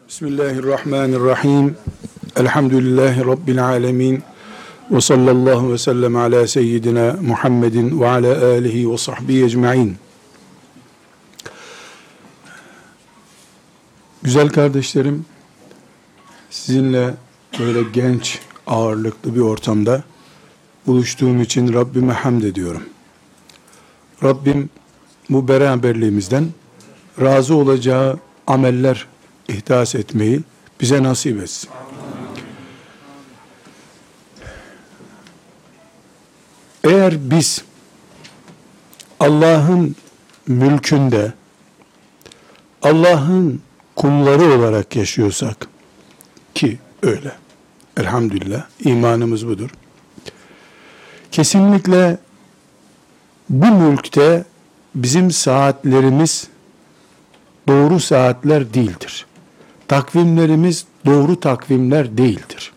Bismillahirrahmanirrahim. Elhamdülillahi Rabbil alemin. Ve sallallahu ve sellem ala seyyidina Muhammedin ve ala alihi ve sahbihi ecma'in. Güzel kardeşlerim, sizinle böyle genç ağırlıklı bir ortamda buluştuğum için Rabbime hamd ediyorum. Rabbim bu beraberliğimizden razı olacağı ameller ihdas etmeyi bize nasip etsin. Eğer biz Allah'ın mülkünde Allah'ın kulları olarak yaşıyorsak, ki öyle, elhamdülillah imanımız budur, kesinlikle bu mülkte bizim saatlerimiz doğru saatler değildir. Takvimlerimiz doğru takvimler değildir.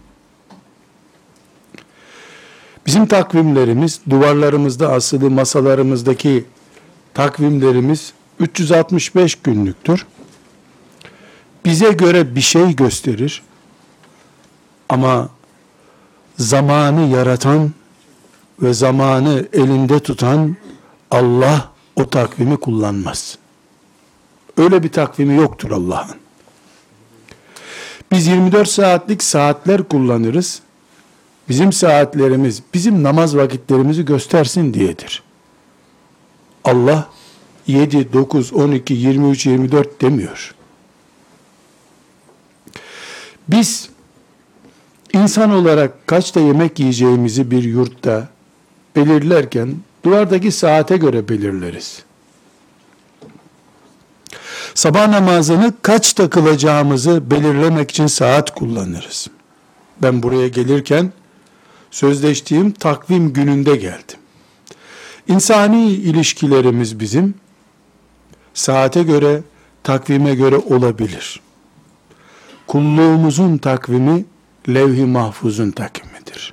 Bizim takvimlerimiz, duvarlarımızda asılı masalarımızdaki takvimlerimiz 365 günlüktür. Bize göre bir şey gösterir ama zamanı yaratan ve zamanı elinde tutan Allah o takvimi kullanmaz. Öyle bir takvimi yoktur Allah'ın. Biz 24 saatlik saatler kullanırız. Bizim saatlerimiz, bizim namaz vakitlerimizi göstersin diyedir. Allah 7, 9, 12, 23, 24 demiyor. Biz insan olarak kaçta yemek yiyeceğimizi bir yurtta belirlerken duvardaki saate göre belirleriz. Sabah namazını kaçta kılacağımızı belirlemek için saat kullanırız. Ben buraya gelirken sözleştiğim takvim gününde geldim. İnsani ilişkilerimiz bizim saate göre, takvime göre olabilir. Kulluğumuzun takvimi levh-i mahfuzun takvimidir.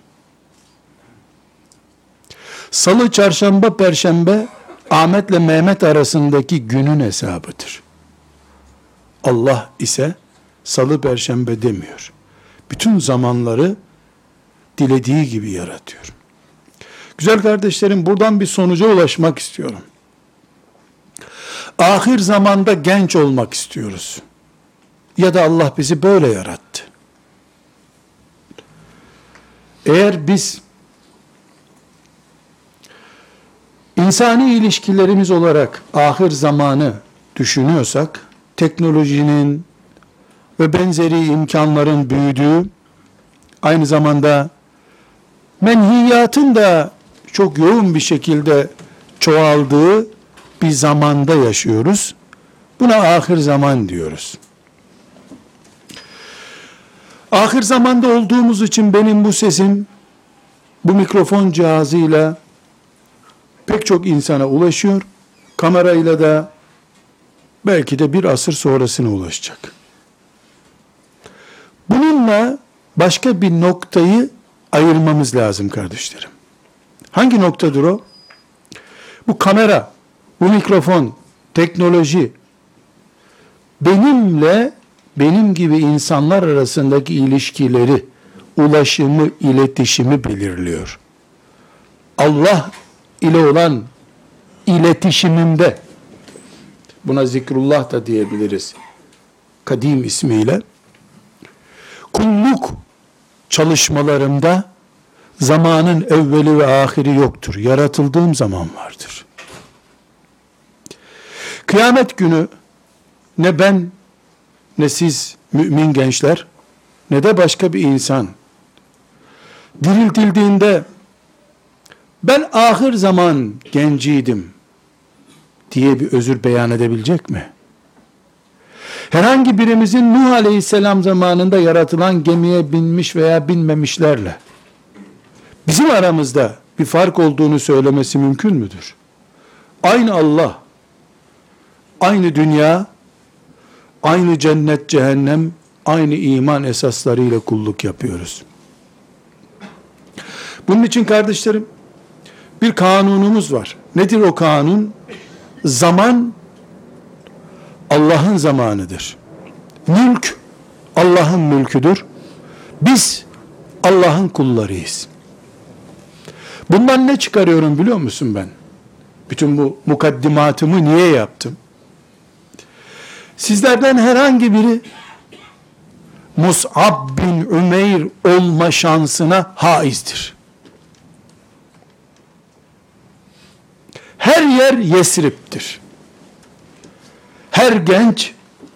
Salı, çarşamba, perşembe Ahmet'le Mehmet arasındaki günün hesabıdır. Allah ise salı, perşembe demiyor. Bütün zamanları dilediği gibi yaratıyor. Güzel kardeşlerim, buradan bir sonuca ulaşmak istiyorum. Ahir zamanda genç olmak istiyoruz. Ya da Allah bizi böyle yarattı. Eğer biz insani ilişkilerimiz olarak ahir zamanı düşünüyorsak, teknolojinin ve benzeri imkanların büyüdüğü, aynı zamanda menhiyatın da çok yoğun bir şekilde çoğaldığı bir zamanda yaşıyoruz. Buna ahir zaman diyoruz. Ahir zamanda olduğumuz için benim bu sesim, bu mikrofon cihazıyla pek çok insana ulaşıyor. Kamerayla da belki de bir asır sonrasına ulaşacak. Bununla başka bir noktayı ayırmamız lazım kardeşlerim. Hangi noktadır o? Bu kamera, bu mikrofon, teknoloji, benimle, benim gibi insanlar arasındaki ilişkileri, ulaşımı, iletişimi belirliyor. Allah ile olan iletişimimde, buna zikrullah da diyebiliriz, kadim ismiyle, kulluk çalışmalarımda zamanın evveli ve ahiri yoktur. Yaratıldığım zaman vardır. Kıyamet günü ne ben, ne siz mümin gençler, ne de başka bir insan diriltildiğinde ben ahir zaman genciydim diye bir özür beyan edebilecek mi? Herhangi birimizin Nuh Aleyhisselam zamanında yaratılan gemiye binmiş veya binmemişlerle bizim aramızda bir fark olduğunu söylemesi mümkün müdür? Aynı Allah, aynı dünya, aynı cennet, cehennem, aynı iman esaslarıyla kulluk yapıyoruz. Bunun için kardeşlerim, bir kanunumuz var. Nedir o kanun? Zaman Allah'ın zamanıdır. Mülk Allah'ın mülküdür. Biz Allah'ın kullarıyız. Bundan ne çıkarıyorum biliyor musun ben? Bütün bu mukaddimatımı niye yaptım? Sizlerden herhangi biri Mus'ab bin Ümeyr olma şansına haizdir. Her yer Yesrib'tir. Her genç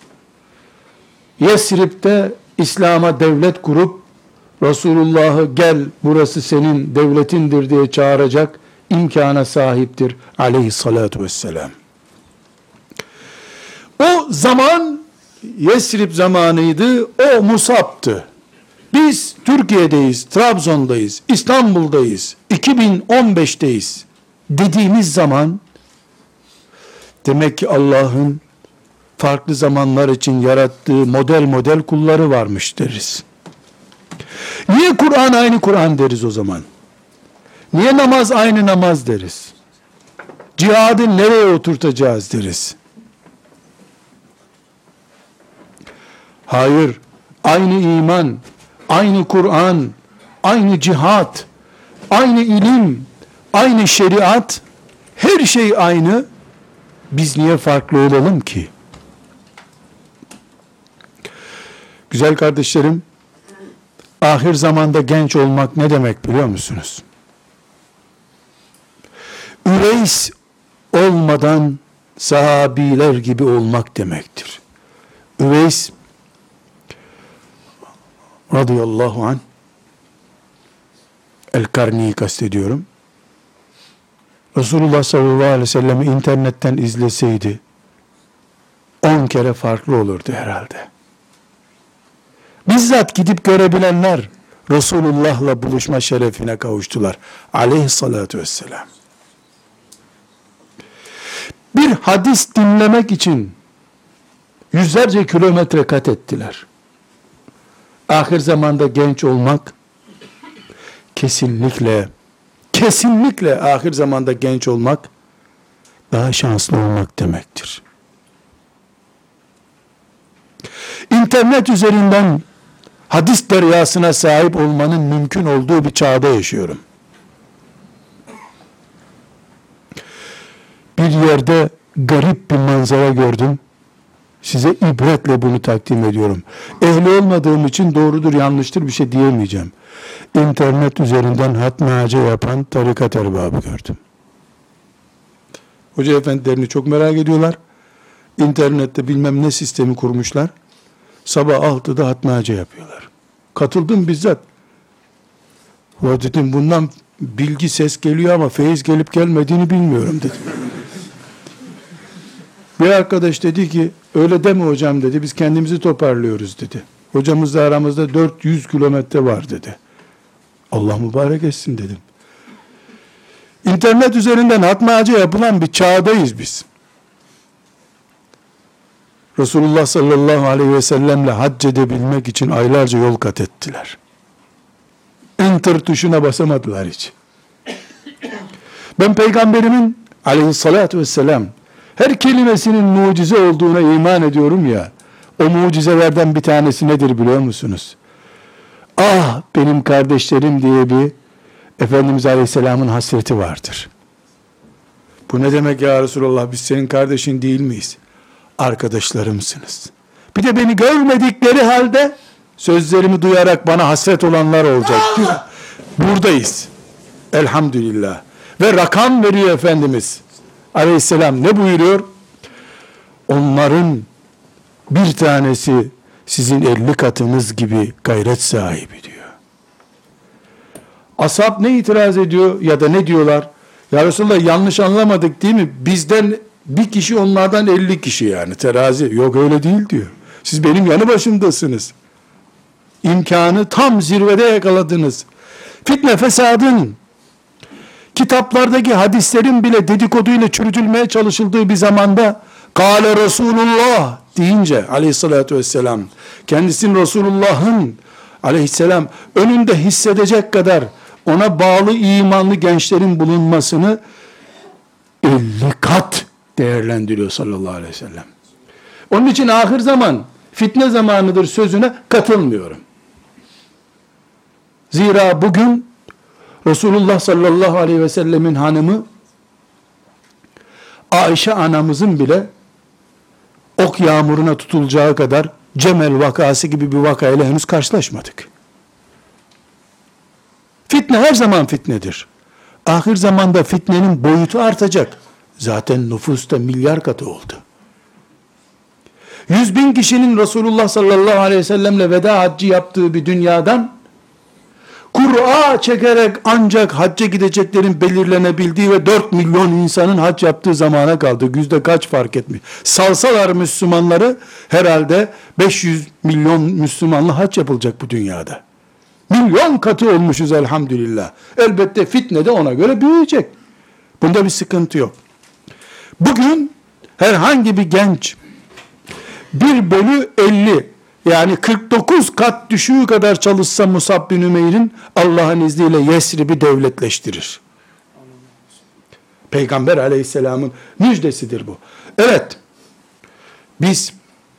Yesrib'de İslam'a devlet kurup Resulullah'ı gel burası senin devletindir diye çağıracak imkana sahiptir aleyhissalatu vesselam. O zaman Yesrib zamanıydı, o Musab'tı. Biz Türkiye'deyiz, Trabzon'dayız, İstanbul'dayız, 2015'teyiz dediğimiz zaman demek ki Allah'ın farklı zamanlar için yarattığı model kulları varmış deriz. Niye Kur'an aynı Kur'an deriz o zaman? Niye namaz aynı namaz deriz? Cihadı nereye oturtacağız deriz? Hayır, aynı iman, aynı Kur'an, aynı cihat, aynı ilim, aynı şeriat, her şey aynı. Biz niye farklı olalım ki? Güzel kardeşlerim, ahir zamanda genç olmak ne demek biliyor musunuz? Üveys olmadan sahabiler gibi olmak demektir. Üveys radıyallahu anh El-Karni'yi kastediyorum. Resulullah sallallahu aleyhi ve sellem'i internetten izleseydi 10 kere farklı olurdu herhalde. Bizzat gidip görebilenler Resulullah'la buluşma şerefine kavuştular. Aleyhissalatu vesselam. Bir hadis dinlemek için yüzlerce kilometre kat ettiler. Ahir zamanda genç olmak kesinlikle ahir zamanda genç olmak daha şanslı olmak demektir. İnternet üzerinden hadis deryasına sahip olmanın mümkün olduğu bir çağda yaşıyorum. Bir yerde garip bir manzara gördüm. Size ibretle bunu takdim ediyorum. Ehli olmadığım için doğrudur yanlıştır bir şey diyemeyeceğim. İnternet üzerinden hatmi yapan tarikat erbabı gördüm. Hoca efendilerini çok merak ediyorlar. İnternette bilmem ne sistemi kurmuşlar. Sabah 6'da hatmi yapıyorlar. Katıldım bizzat. O dedim bundan bilgi ses geliyor ama feyiz gelip gelmediğini bilmiyorum dedim. Bir arkadaş dedi ki öyle deme hocam dedi, biz kendimizi toparlıyoruz dedi. Hocamızla aramızda 400 kilometre var dedi. Allah mübarek etsin dedim. İnternet üzerinden hatmi yapılan bir çağdayız biz. Resulullah sallallahu aleyhi ve sellemle hac edebilmek için aylarca yol kat ettiler. Enter tuşuna basamadılar hiç. Ben peygamberimin aleyhissalatu vesselam her kelimesinin mucize olduğuna iman ediyorum ya, o mucizelerden bir tanesi nedir biliyor musunuz? Ah benim kardeşlerim diye bir Efendimiz Aleyhisselam'ın hasreti vardır. Bu ne demek ya Resulallah, biz senin kardeşin değil miyiz? Arkadaşlarımsınız. Bir de beni görmedikleri halde sözlerimi duyarak bana hasret olanlar olacak diyor. Buradayız. Elhamdülillah. Ve rakam veriyor Efendimiz Aleyhisselam. Ne buyuruyor? Onların bir tanesi sizin 50 katınız gibi gayret sahibi diyor. Ashab ne itiraz ediyor ya da ne diyorlar? Ya Resulallah yanlış anlamadık değil mi? Bizden bir kişi onlardan 50 kişi yani terazi. Yok öyle değil diyor. Siz benim yanı başımdasınız. İmkanı tam zirvede yakaladınız. Fitne fesadın, kitaplardaki hadislerin bile dedikoduyla çürütülmeye çalışıldığı bir zamanda Kâle Resulullah deyince aleyhissalatü vesselam kendisinin Resulullah'ın aleyhisselam önünde hissedecek kadar ona bağlı imanlı gençlerin bulunmasını 50 kat değerlendiriyor sallallahu aleyhi ve sellem. Onun için ahir zaman fitne zamanıdır sözüne katılmıyorum. Zira bugün Resulullah sallallahu aleyhi ve sellemin hanımı Ayşe anamızın bile ok yağmuruna tutulacağı kadar Cemel vakası gibi bir vakayla henüz karşılaşmadık. Fitne her zaman fitnedir. Ahir zamanda fitnenin boyutu artacak. Zaten nüfus da milyar katı oldu. 100.000 kişinin Resulullah sallallahu aleyhi ve sellemle veda haccı yaptığı bir dünyadan Kur'a çekerek ancak hacca gideceklerin belirlenebildiği ve 4 milyon insanın hac yaptığı zamana kaldı. Yüzde kaç fark etmiyor. Salsalar Müslümanları herhalde 500 milyon Müslümanla hac yapılacak bu dünyada. Milyon katı olmuşuz elhamdülillah. Elbette fitne de ona göre büyüyecek. Bunda bir sıkıntı yok. Bugün herhangi bir genç 1/50 yani 49 kat düşüğü kadar çalışsa Musab bin Ümeyr'in Allah'ın izniyle Yesrib'i devletleştirir. Peygamber aleyhisselamın müjdesidir bu. Evet, biz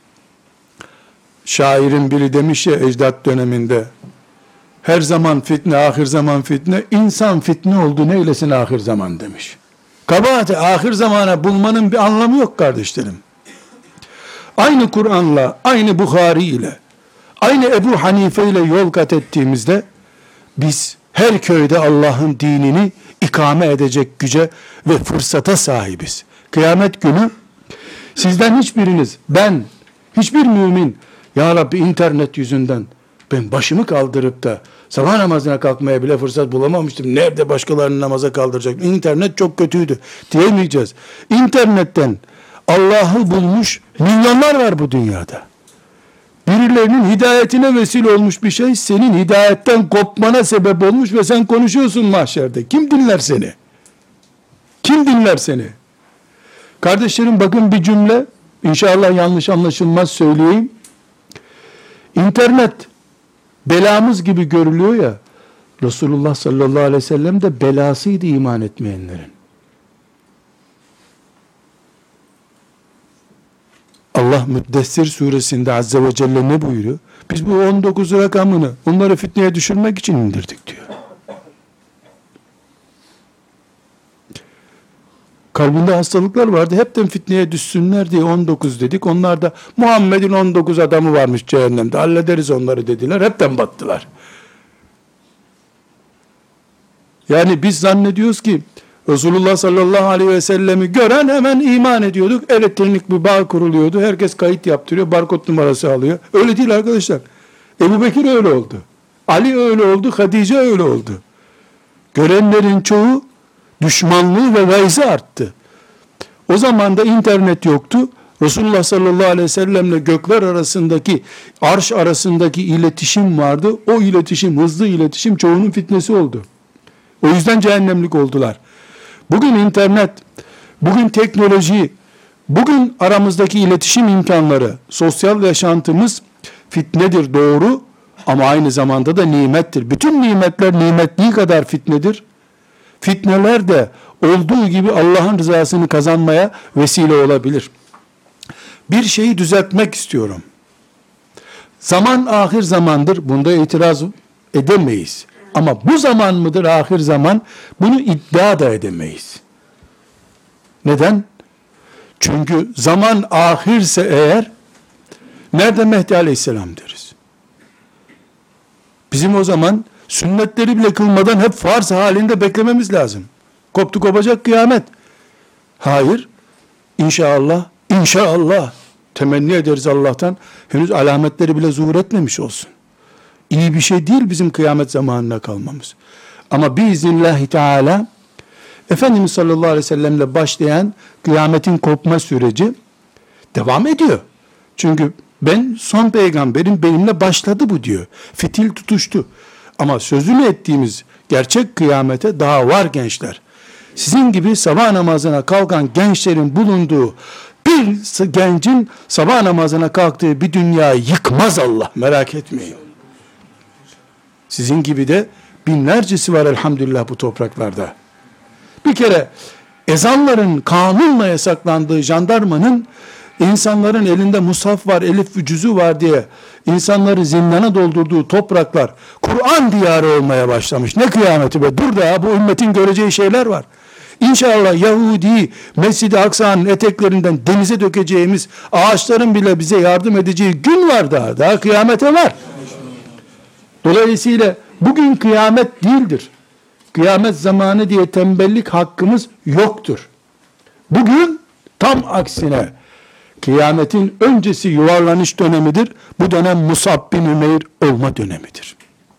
şairin biri demiş ya ecdat döneminde, her zaman fitne, ahir zaman fitne, insan fitne oldu neylesin ahir zaman demiş. Kabahati ahir zamana bulmanın bir anlamı yok kardeşlerim. Aynı Kur'an'la, aynı Bukhari ile, aynı Ebu Hanife ile yol kat ettiğimizde, biz her köyde Allah'ın dinini ikame edecek güce ve fırsata sahibiz. Kıyamet günü, sizden hiçbiriniz, ben, hiçbir mümin, ya Rabbi internet yüzünden, ben başımı kaldırıp da sabah namazına kalkmaya bile fırsat bulamamıştım. Nerede başkalarını namaza kaldıracak? İnternet çok kötüydü diyemeyeceğiz. İnternetten Allah'ı bulmuş milyonlar var bu dünyada. Birilerinin hidayetine vesile olmuş bir şey senin hidayetten kopmana sebep olmuş ve sen konuşuyorsun mahşerde. Kim dinler seni? Kim dinler seni? Kardeşlerim bakın bir cümle, inşallah yanlış anlaşılmaz söyleyeyim. İnternet belamız gibi görülüyor ya, Resulullah sallallahu aleyhi ve sellem de belasıydı iman etmeyenlerin. Allah Müddessir suresinde azze ve celle ne buyuruyor? Biz bu 19 rakamını onları fitneye düşürmek için indirdik diyor. Kalbinde hastalıklar vardı. Hepten fitneye düşsünler diye 19 dedik. Onlar da Muhammed'in 19 adamı varmış cehennemde. Hallederiz onları dediler. Hepten battılar. Yani biz zannediyoruz ki Resulullah sallallahu aleyhi ve sellemi gören hemen iman ediyorduk. Elektronik bir bağ kuruluyordu. Herkes kayıt yaptırıyor. Barkod numarası alıyor. Öyle değil arkadaşlar. Ebu Bekir öyle oldu. Ali öyle oldu. Hatice öyle oldu. Görenlerin çoğu düşmanlığı ve gayzı arttı. O zaman da internet yoktu. Resulullah sallallahu aleyhi ve sellemle gökler arasındaki, arş arasındaki iletişim vardı. O iletişim, hızlı iletişim çoğunun fitnesi oldu. O yüzden cehennemlik oldular. Bugün internet, bugün teknoloji, bugün aramızdaki iletişim imkanları, sosyal yaşantımız fitnedir doğru ama aynı zamanda da nimettir. Bütün nimetler nimetliği kadar fitnedir. Fitneler de olduğu gibi Allah'ın rızasını kazanmaya vesile olabilir. Bir şeyi düzeltmek istiyorum. Zaman ahir zamandır, bunda itiraz edemeyiz. Ama bu zaman mıdır ahir zaman? Bunu iddia da edemeyiz. Neden? Çünkü zaman ahirse eğer, nerede Mehdi Aleyhisselam deriz. Bizim o zaman sünnetleri bile kılmadan hep farz halinde beklememiz lazım. Koptu kopacak kıyamet. Hayır. İnşallah, inşallah temenni ederiz Allah'tan. Henüz alametleri bile zuhur etmemiş olsun. İyi bir şey değil bizim kıyamet zamanına kalmamız. Ama biiznillahü teala Efendimiz sallallahu aleyhi ve sellemle başlayan kıyametin kopma süreci devam ediyor. Çünkü ben son peygamberim, benimle başladı bu diyor. Fitil tutuştu. Ama sözünü ettiğimiz gerçek kıyamete daha var gençler. Sizin gibi sabah namazına kalkan gençlerin bulunduğu bir gencin sabah namazına kalktığı bir dünyayı yıkmaz Allah, merak etmeyin. Sizin gibi de binlercesi var elhamdülillah bu topraklarda. Bir kere ezanların kanunla yasaklandığı, jandarmanın İnsanların elinde mushaf var, elif ve cüzü var diye insanları zindana doldurduğu topraklar Kur'an diyarı olmaya başlamış. Ne kıyameti be, dur da bu ümmetin göreceği şeyler var. İnşallah Yahudi Mescid-i Aksa'nın eteklerinden denize dökeceğimiz ağaçların bile bize yardım edeceği gün var daha kıyamete var. Dolayısıyla bugün kıyamet değildir. Kıyamet zamanı diye tembellik hakkımız yoktur. Bugün tam aksine kıyametin öncesi yuvarlanış dönemidir. Bu dönem Musab bin Ümeyr olma dönemidir.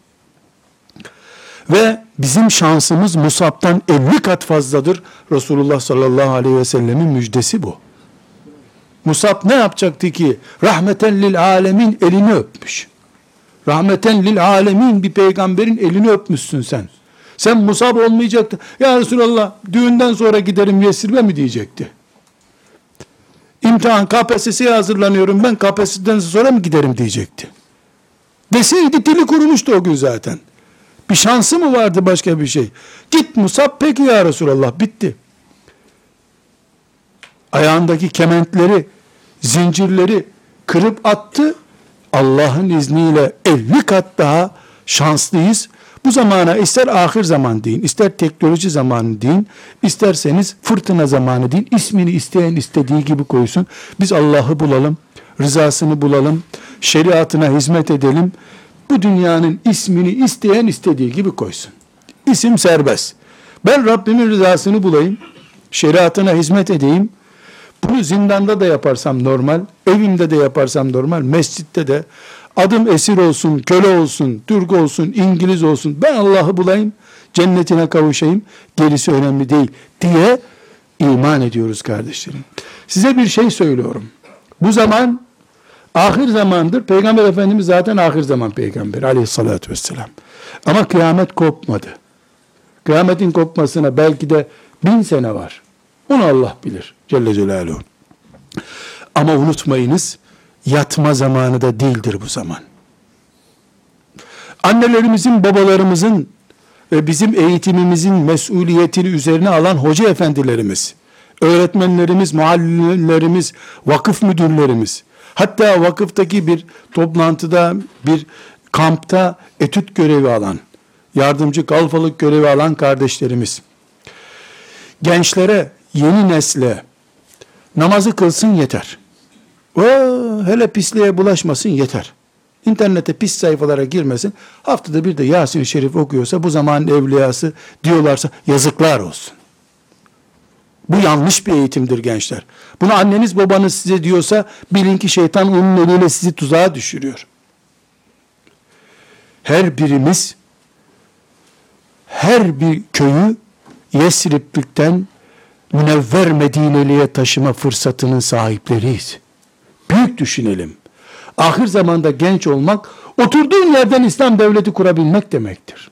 Ve bizim şansımız Musab'dan 50 kat fazladır. Resulullah sallallahu aleyhi ve sellemin müjdesi bu. Musab ne yapacaktı ki? Rahmeten lil alemin elini öpmüş. Rahmeten lil alemin bir peygamberin elini öpmüşsün sen. Sen Musab olmayacaktın. Ya Resulallah düğünden sonra giderim Yesrib'e mi diyecekti? İmtihan KPSS'ye hazırlanıyorum ben, KPSS'den sonra mı giderim diyecekti. Deseydi dili kurumuştu o gün zaten. Bir şansı mı vardı başka bir şey? Git Musab, peki ya Resulallah, bitti. Ayağındaki kementleri, zincirleri kırıp attı. Allah'ın izniyle 50 kat daha şanslıyız. Bu zamana ister ahir zaman deyin, ister teknoloji zamanı deyin, isterseniz fırtına zamanı deyin, ismini isteyen istediği gibi koysun. Biz Allah'ı bulalım, rızasını bulalım, şeriatına hizmet edelim. Bu dünyanın ismini isteyen istediği gibi koysun. İsim serbest. Ben Rabbimin rızasını bulayım, şeriatına hizmet edeyim. Bunu zindanda da yaparsam normal, evimde de yaparsam normal, mescitte de, adım esir olsun, köle olsun, Türk olsun, İngiliz olsun, ben Allah'ı bulayım, cennetine kavuşayım, gerisi önemli değil diye iman ediyoruz kardeşlerim. Size bir şey söylüyorum. Bu zaman ahir zamandır. Peygamber Efendimiz zaten ahir zaman peygamberi aleyhissalatü vesselam. Ama kıyamet kopmadı. Kıyametin kopmasına belki de 1000 sene var. Onu Allah bilir Celle Celaluhu. Ama unutmayınız, yatma zamanı da değildir bu zaman. Annelerimizin, babalarımızın ve bizim eğitimimizin mesuliyetini üzerine alan hoca efendilerimiz, öğretmenlerimiz, muallimlerimiz, vakıf müdürlerimiz, hatta vakıftaki bir toplantıda, bir kampta etüt görevi alan, yardımcı kalfalık görevi alan kardeşlerimiz, gençlere, yeni nesle namazı kılsın yeter. Hele pisliğe bulaşmasın yeter. İnternete pis sayfalara girmesin. Haftada bir de Yasin-i Şerif okuyorsa, bu zamanın evliyası diyorlarsa yazıklar olsun. Bu yanlış bir eğitimdir gençler. Bunu anneniz babanız size diyorsa bilin ki şeytan onun eliyle sizi tuzağa düşürüyor. Her birimiz her bir köyü Yesrib'likten Münevver Medineli'ye taşıma fırsatının sahipleriyiz. Büyük düşünelim. Ahir zamanda genç olmak, oturduğun yerden İslam devleti kurabilmek demektir.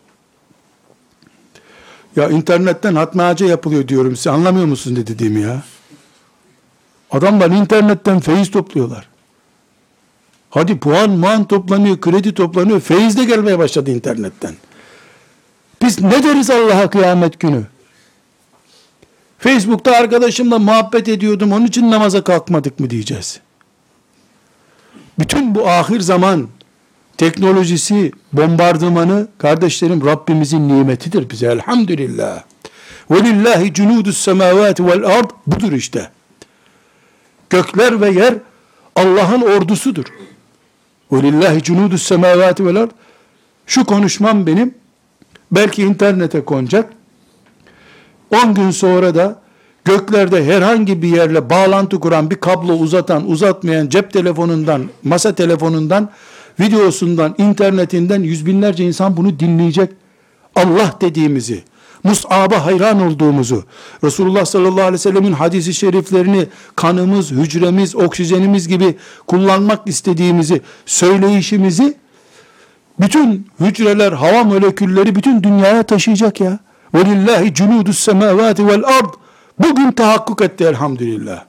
Ya internetten hatmaca yapılıyor diyorum size, anlamıyor musun ne dediğimi ya? Adamlar internetten feyiz topluyorlar. Hadi puan toplanıyor, kredi toplanıyor, feyiz de gelmeye başladı internetten. Biz ne deriz Allah'a kıyamet günü? Facebook'ta arkadaşımla muhabbet ediyordum, onun için namaza kalkmadık mı diyeceğiz. Bütün bu ahir zaman teknolojisi, bombardımanı kardeşlerim Rabbimizin nimetidir bize, elhamdülillah. Velillahi cunudus semavati vel ard, budur işte. Gökler ve yer Allah'ın ordusudur. Velillahi cunudus semavati vel ard. Şu konuşmam benim belki internete konacak. 10 gün sonra da göklerde herhangi bir yerle bağlantı kuran, bir kablo uzatan, uzatmayan, cep telefonundan, masa telefonundan, videosundan, internetinden yüz binlerce insan bunu dinleyecek. Allah dediğimizi, Mus'ab'a hayran olduğumuzu, Resulullah sallallahu aleyhi ve sellemin hadisi şeriflerini kanımız, hücremiz, oksijenimiz gibi kullanmak istediğimizi, söyleyişimizi bütün hücreler, hava molekülleri bütün dünyaya taşıyacak ya. وَلِلَّهِ جُنُودُ السَّمَاوَاتِ وَالْاَرْضِ. Bugün tahakkuk etti elhamdülillah.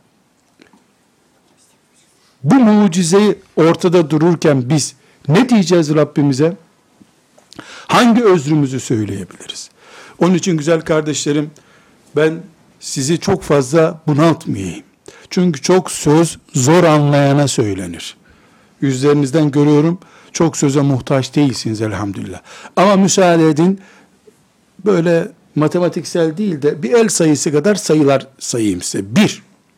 Bu mucizeyi ortada dururken biz ne diyeceğiz Rabbimize? Hangi özrümüzü söyleyebiliriz? Onun için güzel kardeşlerim, ben sizi çok fazla bunaltmayayım. Çünkü çok söz zor anlayana söylenir. Yüzlerinizden görüyorum, çok söze muhtaç değilsiniz elhamdülillah. Ama müsaade edin, böyle matematiksel değil de bir el sayısı kadar sayılar sayayım size. Bir,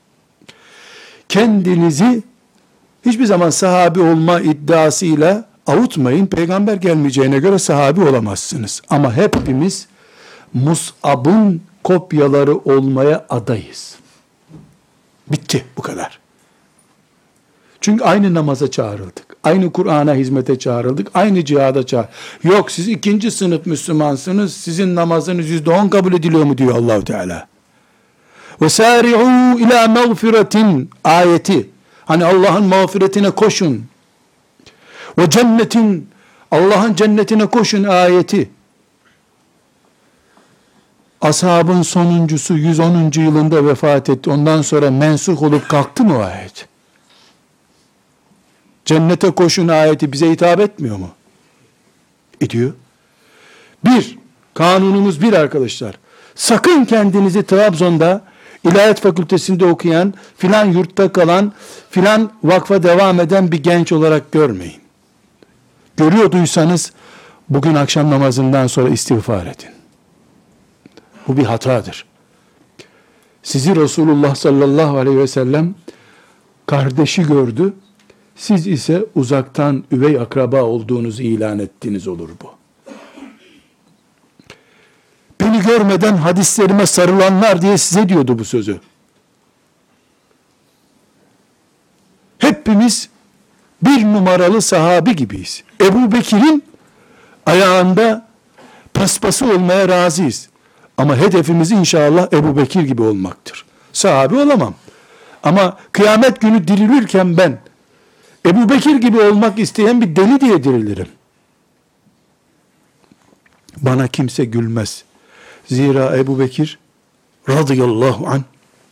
kendinizi hiçbir zaman sahabi olma iddiasıyla avutmayın. Peygamber gelmeyeceğine göre sahabi olamazsınız. Ama hepimiz Mus'ab'ın kopyaları olmaya adayız. Bitti, bu kadar. Çünkü aynı namaza çağrıldık. Aynı Kur'an'a hizmete çağrıldık. Aynı cihada çağrıldık. Yok, siz ikinci sınıf Müslümansınız. Sizin namazınız %10 kabul ediliyor mu diyor Allah-u Teala. وَسَارِعُوا ila مَغْفِرَةٍ ayeti. Hani Allah'ın mağfiretine koşun. Ve cennetin, Allah'ın cennetine koşun ayeti. Ashabın sonuncusu 110. yılında vefat etti. Ondan sonra mensuh olup kalktı mı o ayet? Cennete koşun ayeti bize hitap etmiyor mu? Ediyor. Bir, kanunumuz bir arkadaşlar. Sakın kendinizi Trabzon'da İlahiyat Fakültesinde okuyan, filan yurtta kalan, filan vakfa devam eden bir genç olarak görmeyin. Görüyorduysanız bugün akşam namazından sonra istiğfar edin. Bu bir hatadır. Sizi Resulullah sallallahu aleyhi ve sellem kardeşi gördü. Siz ise uzaktan üvey akraba olduğunuzu ilan ettiğiniz olur bu. Beni görmeden hadislerime sarılanlar diye size diyordu bu sözü. Hepimiz bir numaralı sahabi gibiyiz. Ebu Bekir'in ayağında paspası olmaya razıyız. Ama hedefimiz inşallah Ebu Bekir gibi olmaktır. Sahabi olamam. Ama kıyamet günü dirilirken ben Ebu Bekir gibi olmak isteyen bir deli diye dirilirim. Bana kimse gülmez. Zira Ebu Bekir radıyallahu anh,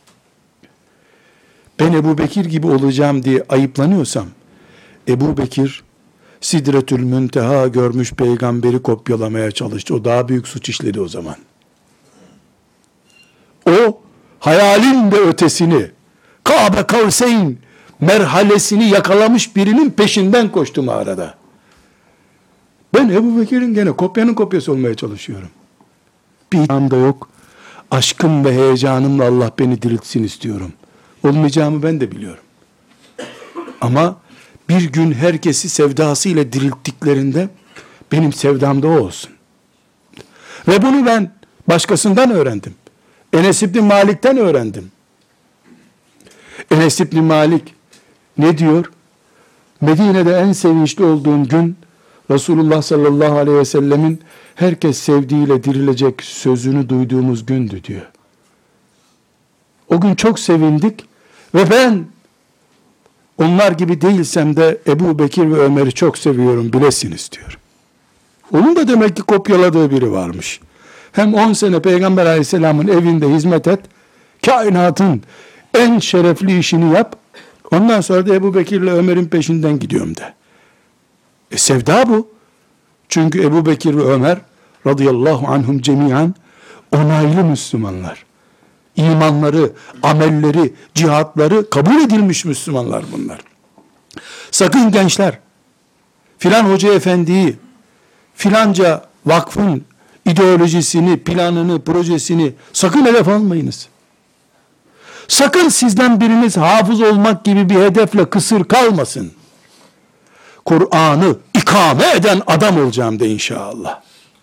ben Ebu Bekir gibi olacağım diye ayıplanıyorsam, Ebu Bekir Sidretül Münteha görmüş peygamberi kopyalamaya çalıştı. O daha büyük suç işledi o zaman. O hayalin de ötesini, Kâbe Kavseyn merhalesini yakalamış birinin peşinden koştu mağarada. Ben Ebu Bekir'in gene kopyanın kopyası olmaya çalışıyorum. Bir iddiam da yok. Aşkım ve heyecanımla Allah beni diriltsin istiyorum. Olmayacağımı ben de biliyorum. Ama bir gün herkesi sevdasıyla dirilttiklerinde benim sevdam da o olsun. Ve bunu ben başkasından öğrendim. Enes İbni Malik'ten öğrendim. Enes İbni Malik ne diyor? Medine'de en sevinçli olduğum gün Resulullah sallallahu aleyhi ve sellemin herkes sevdiğiyle dirilecek sözünü duyduğumuz gündü diyor. O gün çok sevindik ve ben onlar gibi değilsem de Ebu Bekir ve Ömer'i çok seviyorum bilesiniz diyor. Onun da demek ki kopyaladığı biri varmış. Hem 10 sene Peygamber aleyhisselamın evinde hizmet et, kainatın en şerefli işini yap, ondan sonra da Ebu Bekir ile Ömer'in peşinden gidiyorum de. Sevda bu. Çünkü Ebu Bekir ve Ömer radıyallahu anhum cemiyan onaylı Müslümanlar. İmanları, amelleri, cihatları kabul edilmiş Müslümanlar bunlar. Sakın gençler, filan hoca efendiyi, filanca vakfın ideolojisini, planını, projesini sakın hedef almayınız. Sakın sizden biriniz hafız olmak gibi bir hedefle kısır kalmasın. Kur'an'ı ikame eden adam olacağım de inşallah.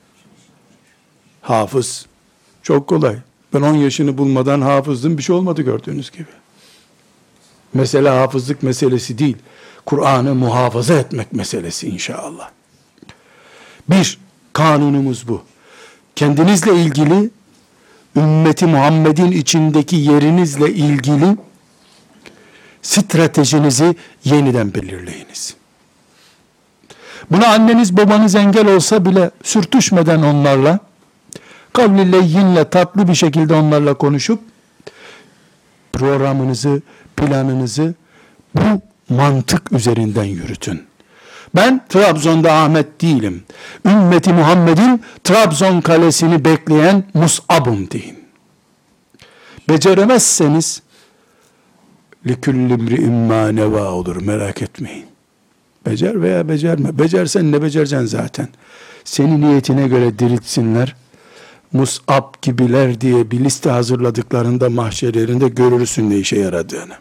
Hafız çok kolay. Ben 10 yaşını bulmadan hafızdım, bir şey olmadı gördüğünüz gibi. Mesele hafızlık meselesi değil. Kur'an'ı muhafaza etmek meselesi inşallah. Bir, kanunumuz bu. Kendinizle ilgili, ümmeti Muhammed'in içindeki yerinizle ilgili stratejinizi yeniden belirleyiniz. Buna anneniz babanız engel olsa bile sürtüşmeden onlarla, kavli leyyinle tatlı bir şekilde onlarla konuşup programınızı, planınızı bu mantık üzerinden yürütün. Ben Trabzon'da Ahmet değilim. Ümmeti Muhammed'in Trabzon kalesini bekleyen Mus'ab'ım deyin. Beceremezseniz لِكُلِّ امْرِئٍ مَا نَوَى olur, merak etmeyin. Becer veya becerme. Becersen ne becereceksin zaten. Seni niyetine göre diriltsinler. Mus'ab gibiler diye bir liste hazırladıklarında mahşerlerinde görürsün ne işe yaradığını.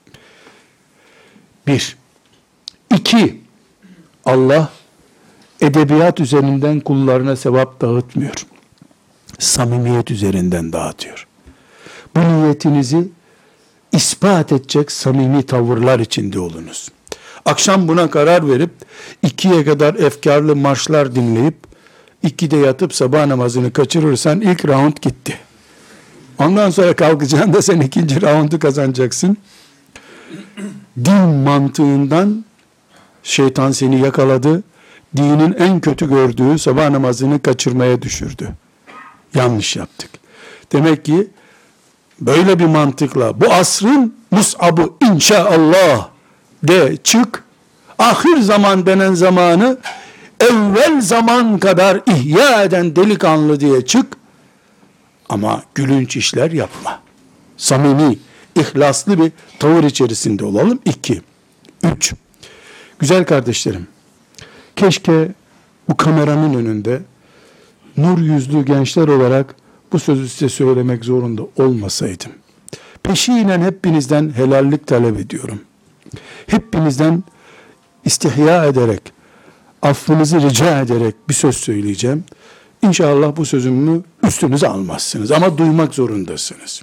1. 2. Allah edebiyat üzerinden kullarına sevap dağıtmıyor. Samimiyet üzerinden dağıtıyor. Bu niyetinizi ispat edecek samimi tavırlar içinde olunuz. Akşam buna karar verip 2'ye kadar efkarlı marşlar dinleyip 2'de yatıp sabah namazını kaçırırsan ilk round gitti. Ondan sonra kalkacaksın da sen ikinci roundu kazanacaksın. Din mantığından şeytan seni yakaladı. Dinin en kötü gördüğü sabah namazını kaçırmaya düşürdü. Yanlış yaptık. Demek ki böyle bir mantıkla bu asrın Mus'ab'ı inşallah de çık. Ahir zaman denen zamanı evvel zaman kadar ihya eden delikanlı diye çık. Ama gülünç işler yapma. Samimi, ihlaslı bir tavır içerisinde olalım. 2. 3. Güzel kardeşlerim, keşke bu kameranın önünde nur yüzlü gençler olarak bu sözü size söylemek zorunda olmasaydım. Peşinen hepinizden helallik talep ediyorum. Hepinizden istihya ederek, affınızı rica ederek bir söz söyleyeceğim. İnşallah bu sözümü üstünüze almazsınız ama duymak zorundasınız.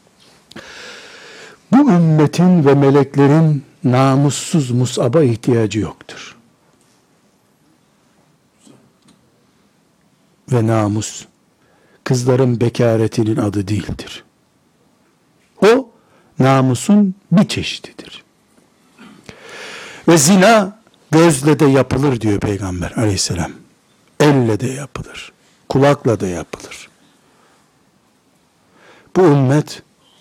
Bu ümmetin ve meleklerin namussuz Mus'ab'a ihtiyacı yoktur. Ve namus, kızların bekaretinin adı değildir. O, namusun bir çeşididir. Ve zina, gözle de yapılır diyor Peygamber aleyhisselam. Elle de yapılır. Kulakla da yapılır. Bu ümmet,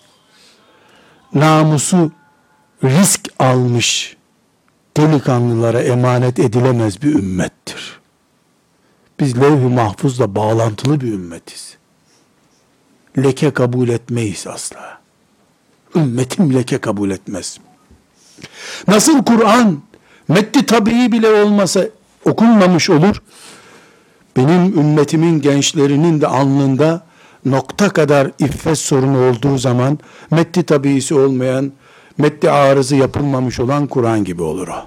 namusu risk almış delikanlılara emanet edilemez bir ümmettir. Biz levh-i mahfuzla bağlantılı bir ümmetiz. Leke kabul etmeyiz asla. Ümmetim leke kabul etmez. Nasıl Kur'an metni tabii bile olmasa okunmamış olur, benim ümmetimin gençlerinin de alnında nokta kadar iffet sorunu olduğu zaman metni tabiisi olmayan, metni arızı yapılmamış olan Kur'an gibi olur o.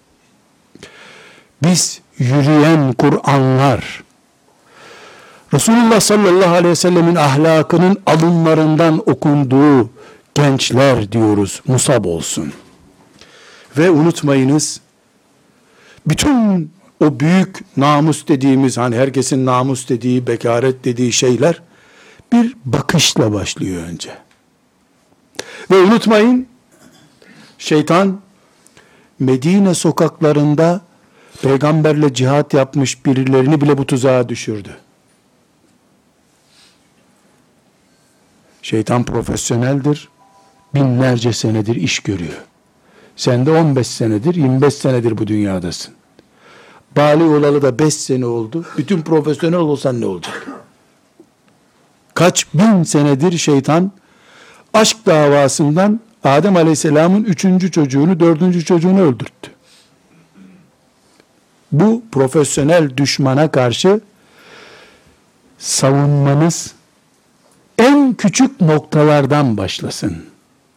Biz yürüyen Kur'anlar, Resulullah sallallahu aleyhi ve sellemin ahlakının alınlarından okunduğu gençler diyoruz, Musab olsun. Ve unutmayınız, bütün o büyük namus dediğimiz, hani herkesin namus dediği, bekaret dediği şeyler bir bakışla başlıyor önce. Ve unutmayın, şeytan Medine sokaklarında peygamberle cihat yapmış birilerini bile bu tuzağa düşürdü. Şeytan profesyoneldir, binlerce senedir iş görüyor. Sen de 15 senedir, 25 senedir bu dünyadasın. Bali olalı da 5 sene oldu. Bütün profesyonel olsan ne olacak? Kaç bin senedir şeytan aşk davasından Adem Aleyhisselam'ın 3. çocuğunu, 4. çocuğunu öldürttü. Bu profesyonel düşmana karşı savunmanız en küçük noktalardan başlasın.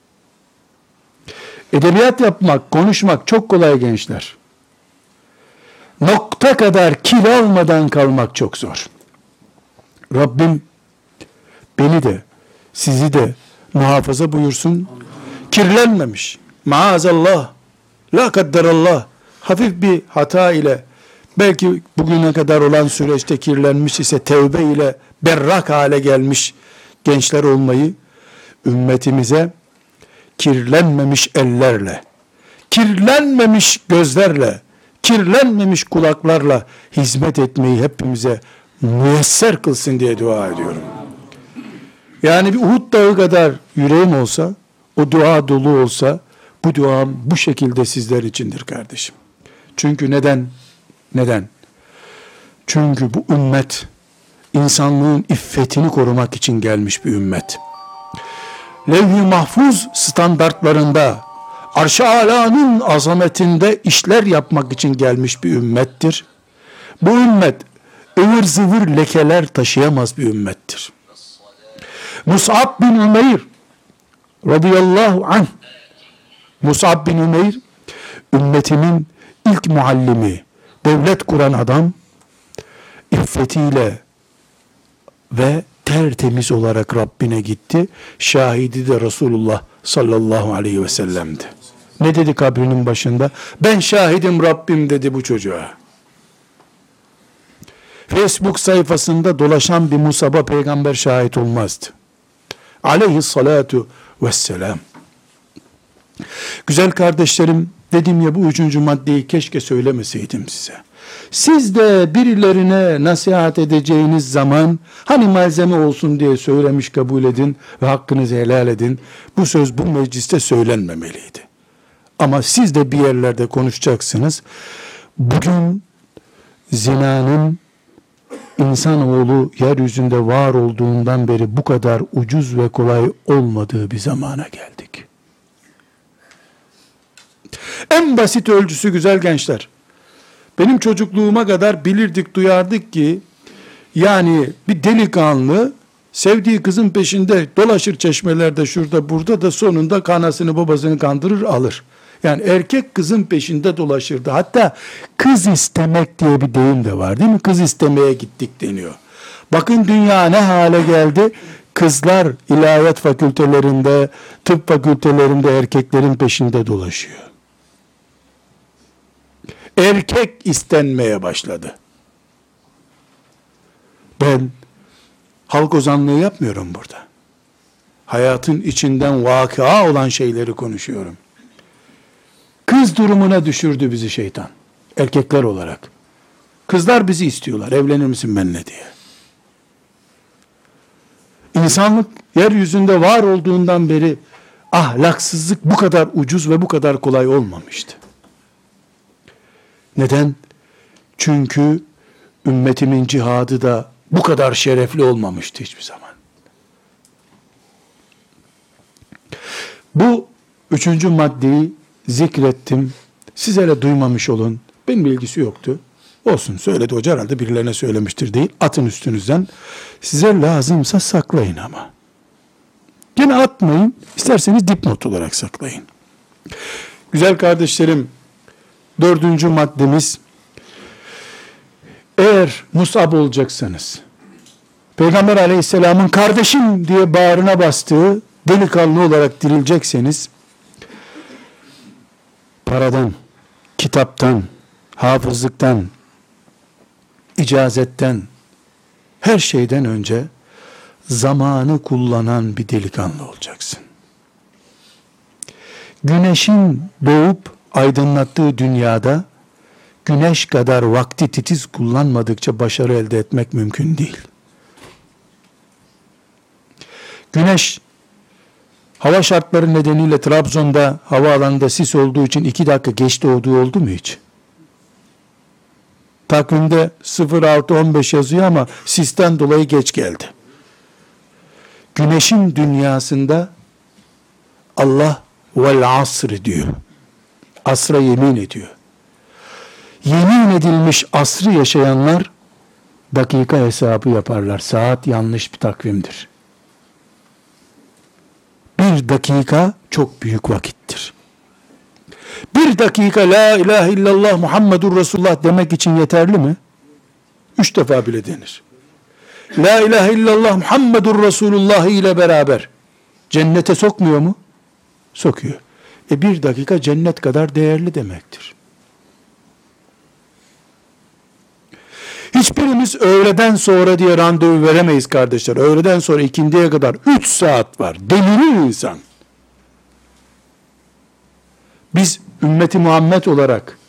Edebiyat yapmak, konuşmak çok kolay gençler. Nokta kadar kir almadan kalmak çok zor. Rabbim beni de, sizi de muhafaza buyursun. Kirlenmemiş. Maazallah, la kadderallah, hafif bir hata ile, belki bugüne kadar olan süreçte kirlenmiş ise tevbe ile berrak hale gelmiş gençler olmayı, ümmetimize kirlenmemiş ellerle, kirlenmemiş gözlerle, kirlenmemiş kulaklarla hizmet etmeyi hepimize müyesser kılsın diye dua ediyorum. Yani bir Uhud dağı kadar yüreğim olsa, o dua dolu olsa, bu duam bu şekilde sizler içindir kardeşim. Çünkü neden? Neden? Çünkü bu ümmet, insanlığın iffetini korumak için gelmiş bir ümmet. levh-i mahfuz standartlarında, arş-ı alanın azametinde işler yapmak için gelmiş bir ümmettir. Bu ümmet ıvır zıvır lekeler taşıyamaz bir ümmettir. Mus'ab bin Umeyr radıyallahu anh, Mus'ab bin Umeyr ümmetimin ilk muallimi, devlet kuran adam, iffetiyle ve tertemiz olarak Rabbine gitti. Şahidi de Resulullah sallallahu aleyhi ve sellem'di. Ne dedi kabrinin başında? Ben şahidim Rabbim dedi bu çocuğa. Facebook sayfasında dolaşan bir Musab'a peygamber şahit olmazdı. Aleyhissalatu vesselam. Güzel kardeşlerim, dedim ya, bu üçüncü maddeyi keşke söylemeseydim size. Siz de birilerine nasihat edeceğiniz zaman, hani malzeme olsun diye söylemiş kabul edin ve hakkınızı helal edin. Bu söz bu mecliste söylenmemeliydi. Ama siz de bir yerlerde konuşacaksınız. Bugün zinanın insanoğlu yeryüzünde var olduğundan beri bu kadar ucuz ve kolay olmadığı bir zamana geldik. En basit ölçüsü güzel gençler. Benim çocukluğuma kadar bilirdik, duyardık ki yani bir delikanlı sevdiği kızın peşinde dolaşır çeşmelerde, şurada burada da sonunda anasını babasını kandırır alır. Yani erkek kızın peşinde dolaşırdı. Hatta kız istemek diye bir deyim de var değil mi? Kız istemeye gittik deniyor. Bakın dünya ne hale geldi. Kızlar ilahiyat fakültelerinde, tıp fakültelerinde erkeklerin peşinde dolaşıyor. Erkek istenmeye başladı. Ben halk ozanlığı yapmıyorum burada. Hayatın içinden vakıa olan şeyleri konuşuyorum. Kız durumuna düşürdü bizi şeytan. Erkekler olarak. Kızlar bizi istiyorlar. Evlenir misin benimle diye. İnsanlık yeryüzünde var olduğundan beri ahlaksızlık bu kadar ucuz ve bu kadar kolay olmamıştı. Neden? Çünkü ümmetimin cihadı da bu kadar şerefli olmamıştı hiçbir zaman. Bu üçüncü maddeyi zikrettim. Siz hele duymamış olun. Benim bilgisi yoktu. Olsun, söyledi hoca, herhalde birilerine söylemiştir değil. Atın üstünüzden. Size lazımsa saklayın ama. Gene atmayın. İsterseniz dipnot olarak saklayın. Güzel kardeşlerim, dördüncü maddemiz, eğer Mus'ab olacaksanız, Peygamber aleyhisselamın kardeşim diye bağrına bastığı delikanlı olarak dirilecekseniz, paradan, kitaptan, hafızlıktan, icazetten, her şeyden önce zamanı kullanan bir delikanlı olacaksın. Güneşin doğup aydınlattığı dünyada güneş kadar vakti titiz kullanmadıkça başarı elde etmek mümkün değil. Güneş hava şartları nedeniyle Trabzon'da havaalanında sis olduğu için 2 dakika geç doğduğu oldu mu hiç? Takvimde 06:15 yazıyor ama sisten dolayı geç geldi. Güneşin dünyasında Allah vel asr diyor. Asra yemin ediyor. Yemin edilmiş asrı yaşayanlar dakika hesabı yaparlar. Saat yanlış bir takvimdir. Bir dakika çok büyük vakittir. Bir dakika la ilahe illallah Muhammedur Resulullah demek için yeterli mi? 3 defa bile denir. La ilahe illallah Muhammedur Resulullah ile beraber cennete sokmuyor mu? Sokuyor. Bir dakika cennet kadar değerli demektir. Hiçbirimiz öğleden sonra diye randevu veremeyiz kardeşler. Öğleden sonra ikindiye kadar 3 saat var. Delirir insan. Biz ümmeti Muhammed olarak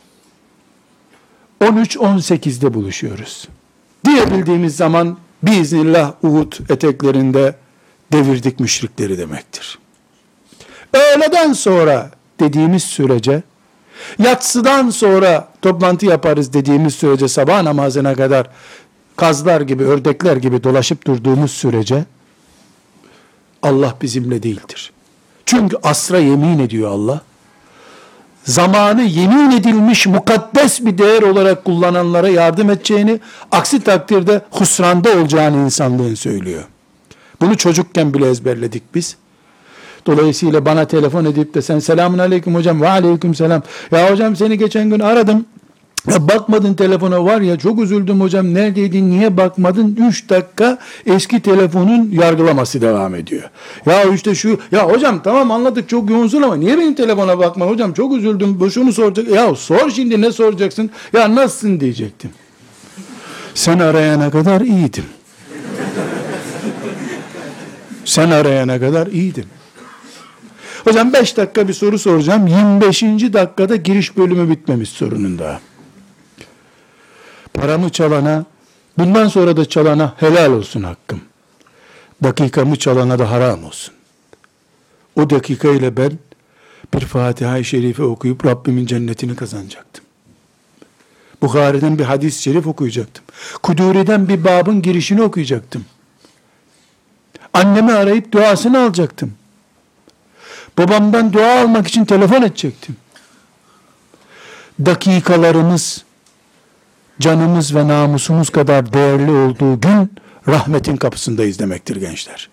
13-18'de buluşuyoruz. Diyebildiğimiz zaman biiznillah Uhud eteklerinde devirdik müşrikleri demektir. Öğleden sonra dediğimiz sürece, yatsıdan sonra toplantı yaparız dediğimiz sürece, sabah namazına kadar kazlar gibi, ördekler gibi dolaşıp durduğumuz sürece Allah bizimle değildir. Çünkü asra yemin ediyor Allah. Zamanı yemin edilmiş mukaddes bir değer olarak kullananlara yardım edeceğini, aksi takdirde husranda olacağını insanlığın söylüyor. Bunu çocukken bile ezberledik biz. Dolayısıyla bana telefon edip de sen selamun aleyküm hocam, ve aleyküm selam. Ya hocam seni geçen gün aradım. Ya bakmadın telefona, var ya çok üzüldüm hocam, neredeydin, niye bakmadın? 3 dakika eski telefonun yargılaması devam ediyor. Ya işte şu, ya hocam tamam anladık çok yoğunsun ama niye benim telefona bakma hocam, çok üzüldüm, bu şunu soracak. Ya sor şimdi, ne soracaksın? Ya nasılsın diyecektim. Sen arayana kadar iyiydim. Sen arayana kadar iyiydim. Hocam 5 dakika bir soru soracağım. 25. dakikada giriş bölümü bitmemiş sorunun daha. Paramı çalana, bundan sonra da çalana helal olsun hakkım. Dakikamı çalana da haram olsun. O dakika ile ben bir Fatiha-i Şerife okuyup Rabbimin cennetini kazanacaktım. Bukhari'den bir hadis-i şerif okuyacaktım. Kuduri'den bir babın girişini okuyacaktım. Annemi arayıp duasını alacaktım. Babamdan dua almak için telefon edecektim. Dakikalarımız, canımız ve namusumuz kadar değerli olduğu gün, rahmetin kapısındayız demektir gençler.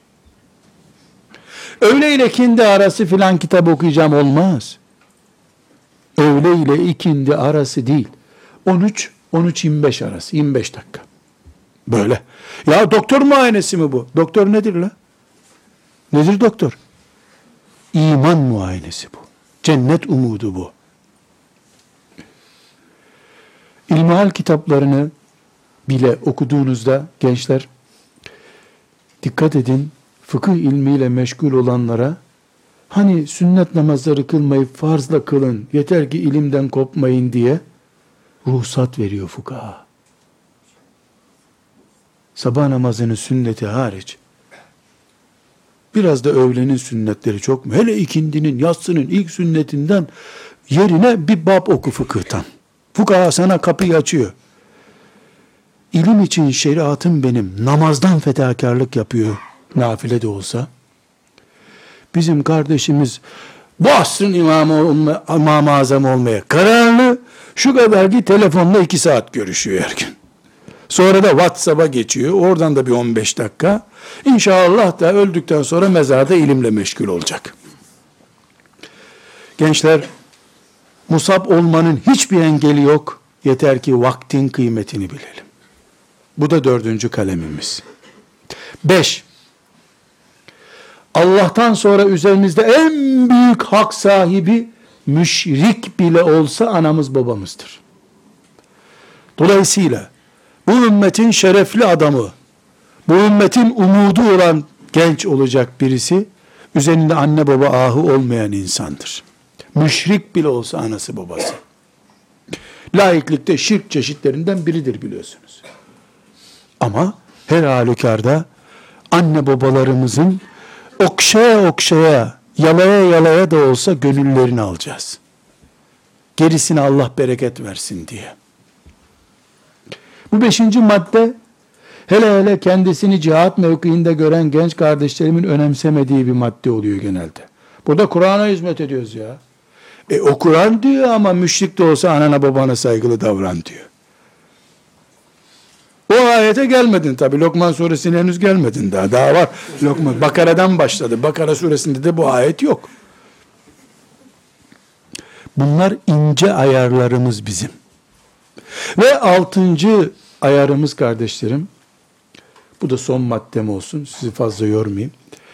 Öğle ile ikindi arası filan kitap okuyacağım olmaz. Öğle ile ikindi arası değil. 13-25 arası, 25 dakika. Böyle. Ya doktor muayenesi mi bu? Doktor nedir la? Nedir doktor? İman muayenesi bu. Cennet umudu bu. İlmihal kitaplarını bile okuduğunuzda gençler, dikkat edin, fıkıh ilmiyle meşgul olanlara, hani sünnet namazları kılmayıp farzla kılın, yeter ki ilimden kopmayın diye ruhsat veriyor fukaha. Sabah namazının sünneti hariç, biraz da öğlenin sünnetleri çok mu? Hele ikindinin, yatsının ilk sünnetinden yerine bir bab oku fıkıhtan. Fukaha sana kapıyı açıyor. İlim için şeriatım benim, namazdan fedakarlık yapıyor, nafile de olsa. Bizim kardeşimiz bu asrın İmam-ı Azam olmaya kararlı, şu kadar ki telefonla 2 saat görüşüyor her gün. Sonra da WhatsApp'a geçiyor, oradan da bir 15 dakika. İnşallah da öldükten sonra mezarda ilimle meşgul olacak. Gençler, musab olmanın hiçbir engeli yok. Yeter ki vaktin kıymetini bilelim. Bu da 4. kalemimiz. 5. Allah'tan sonra üzerimizde en büyük hak sahibi, müşrik bile olsa anamız babamızdır. Dolayısıyla bu ümmetin şerefli adamı, bu ümmetin umudu olan genç olacak birisi, üzerinde anne baba ahı olmayan insandır. Müşrik bile olsa anası babası. Laiklikte şirk çeşitlerinden biridir biliyorsunuz. Ama her halükarda anne babalarımızın okşaya okşaya, yalaya yalaya da olsa gönüllerini alacağız. Gerisine Allah bereket versin diye. Bu 5. madde, hele hele kendisini cihat mevkiinde gören genç kardeşlerimin önemsemediği bir madde oluyor genelde. Burada Kur'an'a hizmet ediyoruz ya. O Kur'an diyor ama müşrik de olsa anana babana saygılı davran diyor. O ayete gelmedin tabi. Lokman suresine henüz gelmedin daha. Daha var. Lokman, Bakara'dan başladı. Bakara suresinde de bu ayet yok. Bunlar ince ayarlarımız bizim. Ve 6. ayarımız kardeşlerim, bu da son maddem olsun, sizi fazla yormayayım.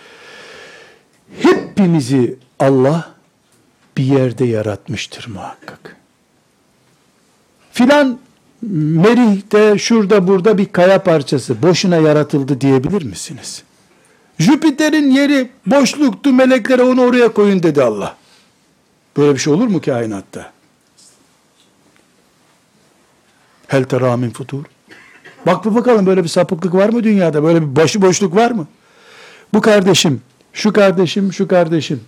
Hepimizi Allah bir yerde yaratmıştır muhakkak. Filan Merih'te, şurada burada bir kaya parçası boşuna yaratıldı diyebilir misiniz? Jüpiter'in yeri boşluktu, meleklere onu oraya koyun dedi Allah. Böyle bir şey olur mu kainatta? Hel terâ min futur. Bak bir bakalım, böyle bir sapıklık var mı dünyada? Böyle bir başıboşluk var mı? Bu kardeşim, şu kardeşim, şu kardeşim.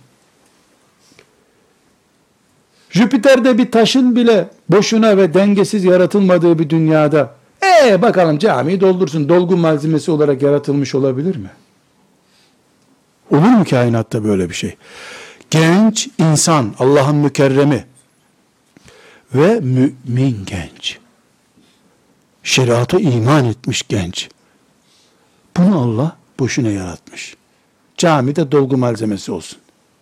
Jüpiter'de bir taşın bile boşuna ve dengesiz yaratılmadığı bir dünyada, bakalım camiyi doldursun, dolgu malzemesi olarak yaratılmış olabilir mi? Olur mu kainatta böyle bir şey? Genç insan, Allah'ın mükerremi ve mümin genç. Şeriata iman etmiş genç. Bunu Allah boşuna yaratmış. Camide dolgu malzemesi olsun.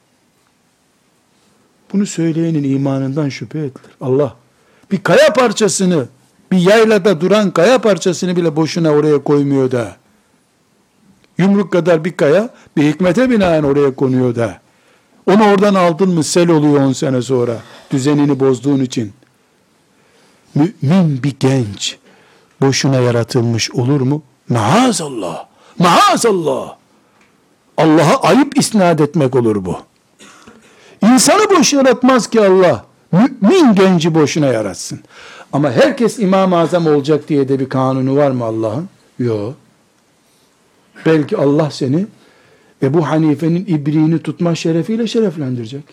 Bunu söyleyenin imanından şüphe edilir. Allah bir kaya parçasını, bir yaylada duran kaya parçasını bile boşuna oraya koymuyor da. Yumruk kadar bir kaya bir hikmete binaen oraya konuyor da. Onu oradan aldın mı sel oluyor 10 sene sonra. Düzenini bozduğun için. Mümin bir genç boşuna yaratılmış olur mu? Maazallah. Maazallah. Allah'a ayıp isnat etmek olur bu. İnsanı boş yaratmaz ki Allah. Mümin genci boşuna yaratsın. Ama herkes İmam-ı Azam olacak diye de bir kanunu var mı Allah'ın? Yok. Belki Allah seni Ebu Hanife'nin ibriğini tutma şerefiyle şereflendirecek.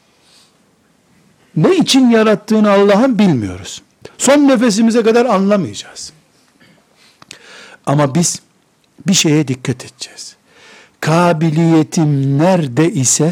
Ne için yarattığını Allah'ın bilmiyoruz. Son nefesimize kadar anlamayacağız. Ama biz bir şeye dikkat edeceğiz. Kabiliyetim nerede ise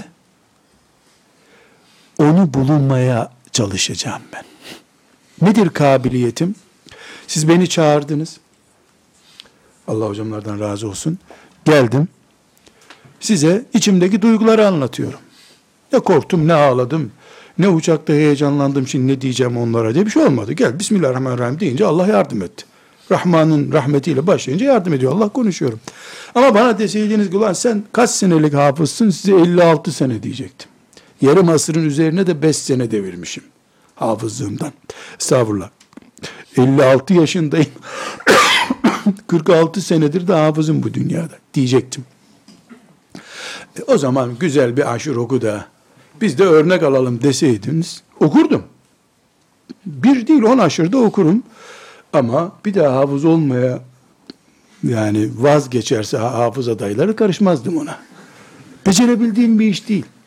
onu bulunmaya çalışacağım ben. Nedir kabiliyetim? Siz beni çağırdınız. Allah hocamlardan razı olsun. Geldim. Size içimdeki duyguları anlatıyorum. Ne korktum, ne ağladım, ne uçakta heyecanlandım, şimdi ne diyeceğim onlara diye bir şey olmadı. Gel Bismillahirrahmanirrahim deyince Allah yardım etti. Rahman'ın rahmetiyle başlayınca yardım ediyor. Allah konuşuyorum. Ama bana deseydiniz ki ulan sen kaç senelik hafızsın, size 56 sene diyecektim. Yarım asırın üzerine de 5 sene devirmişim hafızlığımdan. Estağfurullah. 56 yaşındayım. 46 senedir de hafızım bu dünyada diyecektim. O zaman güzel bir aşır oku da biz de örnek alalım deseydiniz okurdum. Bir değil 10 aşırda okurum. Ama bir daha hafız olmaya yani vazgeçerse hafız adayları karışmazdım ona. Becerebildiğim bir iş değil.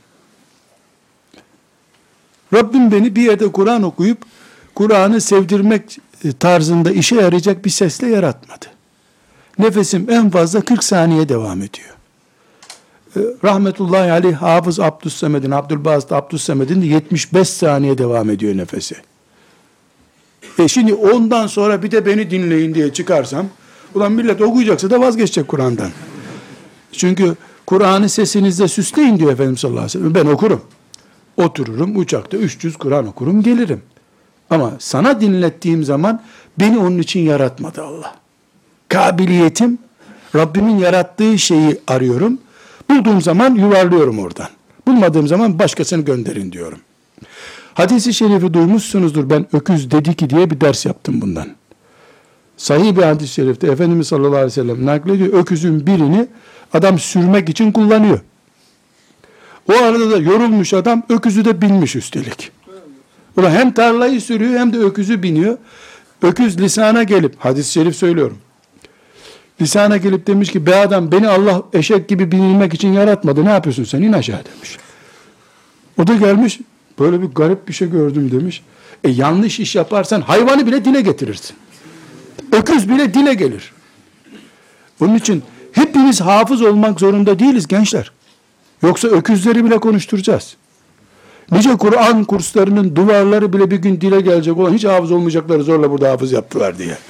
Rabbim beni bir yerde Kur'an okuyup Kur'an'ı sevdirmek tarzında işe yarayacak bir sesle yaratmadı. Nefesim en fazla 40 saniye devam ediyor. Rahmetullahi aleyh Hafız Abdüssemed'in, Abdülbasit Abdüssemed'in de 75 saniye devam ediyor nefesi. Şimdi ondan sonra bir de beni dinleyin diye çıkarsam, ulan millet okuyacaksa da vazgeçecek Kur'an'dan. Çünkü Kur'an'ı sesinizle süsleyin diyor Efendimiz sallallahu aleyhi ve sellem. Ben okurum. Otururum uçakta 300 Kur'an okurum gelirim. Ama sana dinlettiğim zaman beni onun için yaratmadı Allah. Kabiliyetim, Rabbimin yarattığı şeyi arıyorum. Bulduğum zaman yuvarlıyorum oradan. Bulmadığım zaman başkasını gönderin diyorum. Hadis-i şerifi duymuşsunuzdur. Ben öküz dedi ki diye bir ders yaptım bundan. Sahih bir hadis-i şerifte Efendimiz sallallahu aleyhi ve sellem naklediyor. Öküzün birini adam sürmek için kullanıyor. O arada da yorulmuş adam öküzü de binmiş üstelik. Ulan hem tarlayı sürüyor hem de öküzü biniyor. Öküz lisana gelip, hadis-i şerif söylüyorum. Lisana gelip demiş ki be adam beni Allah eşek gibi binilmek için yaratmadı. Ne yapıyorsun sen? İn aşağı demiş. O da gelmiş böyle bir garip bir şey gördüm demiş. Yanlış iş yaparsan hayvanı bile dile getirirsin. Öküz bile dile gelir. Bunun için hepimiz hafız olmak zorunda değiliz gençler. Yoksa öküzleri bile konuşturacağız. Nice Kur'an kurslarının duvarları bile bir gün dile gelecek olan hiç hafız olmayacakları zorla burada hafız yaptılar diye.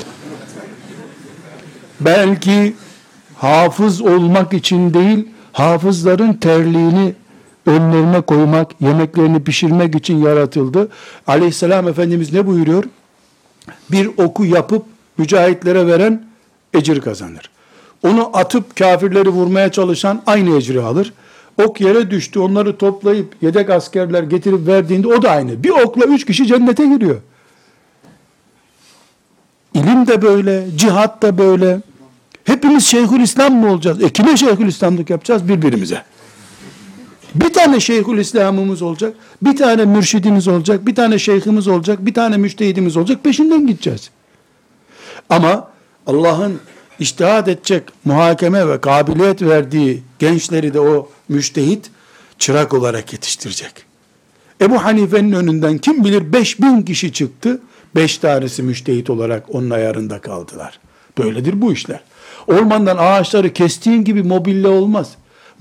Belki hafız olmak için değil, hafızların terliğini önlerine koymak, yemeklerini pişirmek için yaratıldı. Aleyhisselam Efendimiz ne buyuruyor? Bir oku yapıp mücahitlere veren ecir kazanır. Onu atıp kafirleri vurmaya çalışan aynı ecri alır. Ok yere düştü, onları toplayıp yedek askerler getirip verdiğinde o da aynı. Bir okla 3 kişi cennete giriyor. İlim de böyle, cihat da böyle. Hepimiz Şeyhülislam mı olacağız? Kime Şeyhülislamlık yapacağız? Birbirimize. Bir tane Şeyhülislam'ımız olacak, bir tane mürşidimiz olacak, bir tane şeyhimiz olacak, bir tane müştehidimiz olacak, peşinden gideceğiz. Ama Allah'ın içtihat edecek muhakeme ve kabiliyet verdiği gençleri de o müştehit çırak olarak yetiştirecek. Ebu Hanife'nin önünden kim bilir 5000 kişi çıktı, 5 tanesi müştehit olarak onun ayarında kaldılar. Böyledir bu işler. Ormandan ağaçları kestiğin gibi mobilya olmaz.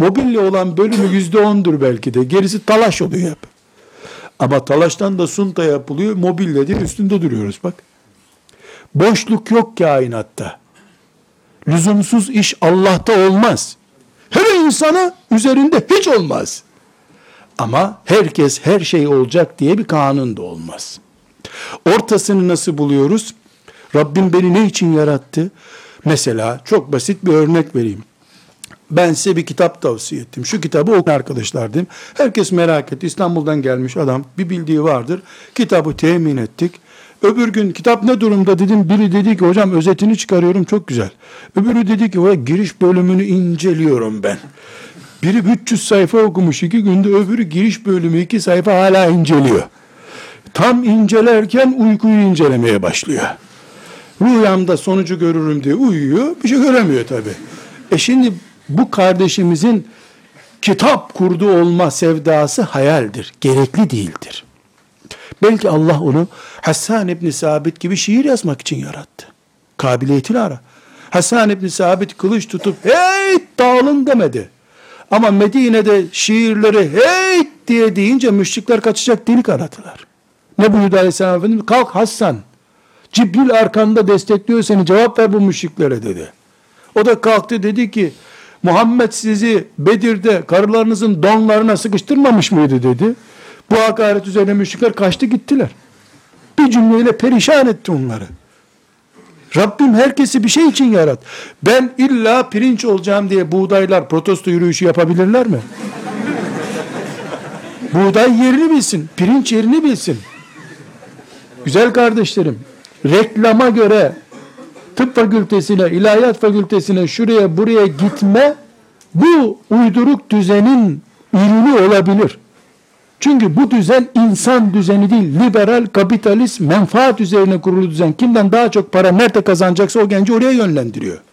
Mobilya olan bölümü %10'dur belki de. Gerisi talaş oluyor hep. Ama talaştan da sunta yapılıyor. Mobilya diye üstünde duruyoruz bak. Boşluk yok kainatta. Lüzumsuz iş Allah'ta olmaz. Her insana üzerinde hiç olmaz. Ama herkes her şey olacak diye bir kanun da olmaz. Ortasını nasıl buluyoruz? Rabbim beni ne için yarattı? Mesela çok basit bir örnek vereyim. Ben size bir kitap tavsiye ettim. Şu kitabı okuyun arkadaşlar dedim. Herkes merak etti. İstanbul'dan gelmiş adam. Bir bildiği vardır. Kitabı temin ettik. Öbür gün kitap ne durumda dedim. Biri dedi ki hocam özetini çıkarıyorum çok güzel. Öbürü dedi ki o giriş bölümünü inceliyorum ben. Biri 300 sayfa okumuş 2 günde, öbürü giriş bölümü 2 sayfa hala inceliyor. Tam incelerken uykuyu incelemeye başlıyor. Rüyamda sonucu görürüm diye uyuyor. Bir şey göremiyor tabii. Şimdi bu kardeşimizin kitap kurdu olma sevdası hayaldir. Gerekli değildir. Belki Allah onu Hassan İbni Sabit gibi şiir yazmak için yarattı. Kabiliyetini ara. Hassan İbni Sabit kılıç tutup hey dağılın demedi. Ama Medine'de şiirleri hey diye deyince müşrikler kaçacak delik aradılar. Ne buyurdu Aleyhisselam Efendimiz? Kalk Hassan. Cibril arkanda destekliyor seni, cevap ver bu müşriklere dedi. O da kalktı dedi ki Muhammed sizi Bedir'de karılarınızın donlarına sıkıştırmamış mıydı dedi. Bu hakaret üzerine müşrikler kaçtı gittiler. Bir cümleyle perişan etti onları. Rabbim herkesi bir şey için yarat. Ben illa pirinç olacağım diye buğdaylar protesto yürüyüşü yapabilirler mi? Buğday yerini bilsin, pirinç yerini bilsin. Güzel kardeşlerim, reklama göre tıp fakültesine, ilahiyat fakültesine, şuraya buraya gitme, bu uyduruk düzenin ürünü olabilir. Çünkü bu düzen insan düzeni değil, liberal, kapitalist, menfaat üzerine kurulu düzen. Kimden daha çok para nerede kazanacaksa o genci oraya yönlendiriyor.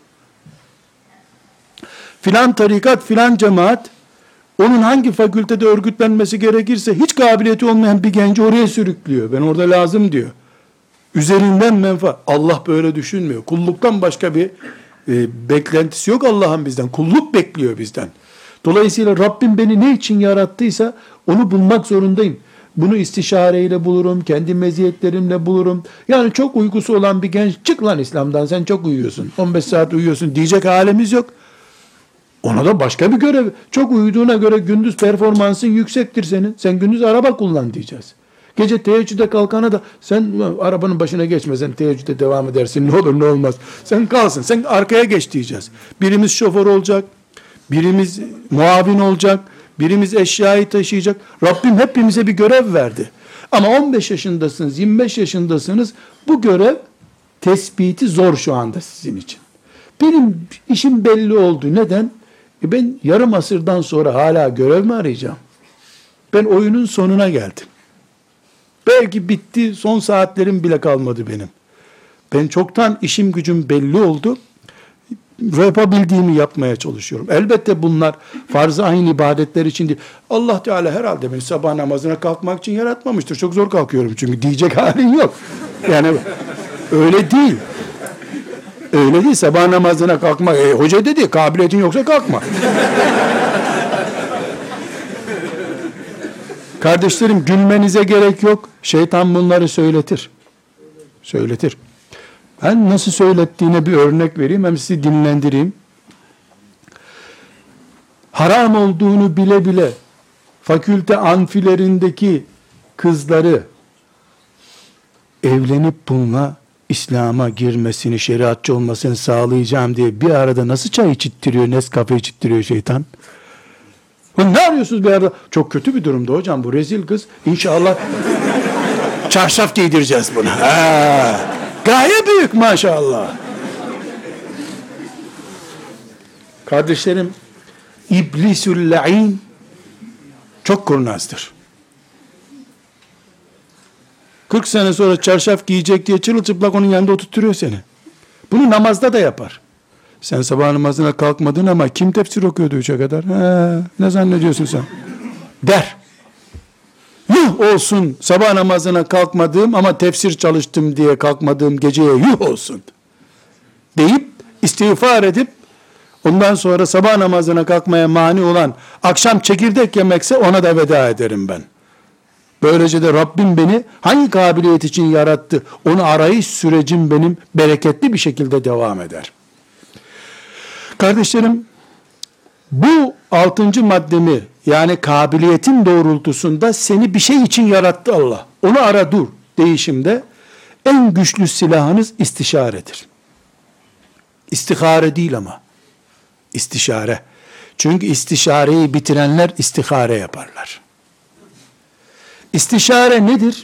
Filan tarikat, filan cemaat, onun hangi fakültede örgütlenmesi gerekirse hiç kabiliyeti olmayan bir genci oraya sürüklüyor. Ben orada lazım diyor. Üzerinden menfaat. Allah böyle düşünmüyor. Kulluktan başka bir beklentisi yok Allah'ın bizden. Kulluk bekliyor bizden. Dolayısıyla Rabbim beni ne için yarattıysa onu bulmak zorundayım. Bunu istişareyle bulurum, kendi meziyetlerimle bulurum. Yani çok uykusu olan bir genç, çık lan İslam'dan sen çok uyuyorsun, 15 saat uyuyorsun diyecek halimiz yok. Ona da başka bir görev. Çok uyuduğuna göre gündüz performansın yüksektir senin. Sen gündüz araba kullan diyeceğiz. Gece teheccüde kalkana da sen arabanın başına geçme, sen teheccüde devam edersin, ne olur ne olmaz. Sen kalsın, sen arkaya geç diyeceğiz. Birimiz şoför olacak, birimiz muavin olacak, birimiz eşyayı taşıyacak. Rabbim hepimize bir görev verdi. Ama 15 yaşındasınız, 25 yaşındasınız. Bu görev tespiti zor şu anda sizin için. Benim işim belli oldu. Neden? Ben yarım asırdan sonra hala görev mi arayacağım? Ben oyunun sonuna geldim. Belki bitti, son saatlerim bile kalmadı benim. Ben çoktan işim gücüm belli oldu. Yapabildiğimi yapmaya çalışıyorum. Elbette bunlar farz-ı ayn ibadetler için değil. Allah Teala herhalde beni sabah namazına kalkmak için yaratmamıştır. Çok zor kalkıyorum çünkü diyecek halin yok. Yani öyle değil. Öyle değil, sabah namazına kalkma. Hoca dedi, kabiliyetin yoksa kalkma. Kardeşlerim, gülmenize gerek yok. Şeytan bunları söyletir. Söyletir. Ben nasıl söylettiğine bir örnek vereyim, hem sizi dinlendireyim. Haram olduğunu bile bile fakülte amfilerindeki kızları evlenip bununla İslam'a girmesini, şeriatçı olmasını sağlayacağım diye bir arada nasıl çay içittiriyor, Nescafe içittiriyor şeytan? Ne arıyorsunuz bir arada? Çok kötü bir durumda hocam, bu rezil kız. İnşallah çarşaf giydireceğiz buna. Gaye büyük maşallah. Kardeşlerim, İblisül la'in çok kurnazdır. 40 sene sonra çarşaf giyecek diye çırılçıplak onun yanında oturtuyor seni. Bunu namazda da yapar. Sen sabah namazına kalkmadın ama kim tefsir okuyordu 3'e kadar? Ne zannediyorsun sen? Der. Yuh olsun sabah namazına kalkmadığım ama tefsir çalıştım diye kalkmadığım geceye yuh olsun. Deyip istiğfar edip Ondan sonra sabah namazına kalkmaya mani olan akşam çekirdek yemekse ona da veda ederim ben. Böylece de Rabbim beni hangi kabiliyet için yarattı? Onu arayış sürecim benim bereketli bir şekilde devam eder. Kardeşlerim, bu 6. maddemi, yani kabiliyetin doğrultusunda seni bir şey için yarattı Allah. Onu ara dur değişimde en güçlü silahınız istişaredir. İstihare değil ama. İstişare. Çünkü istişareyi bitirenler istihare yaparlar. İstişare nedir?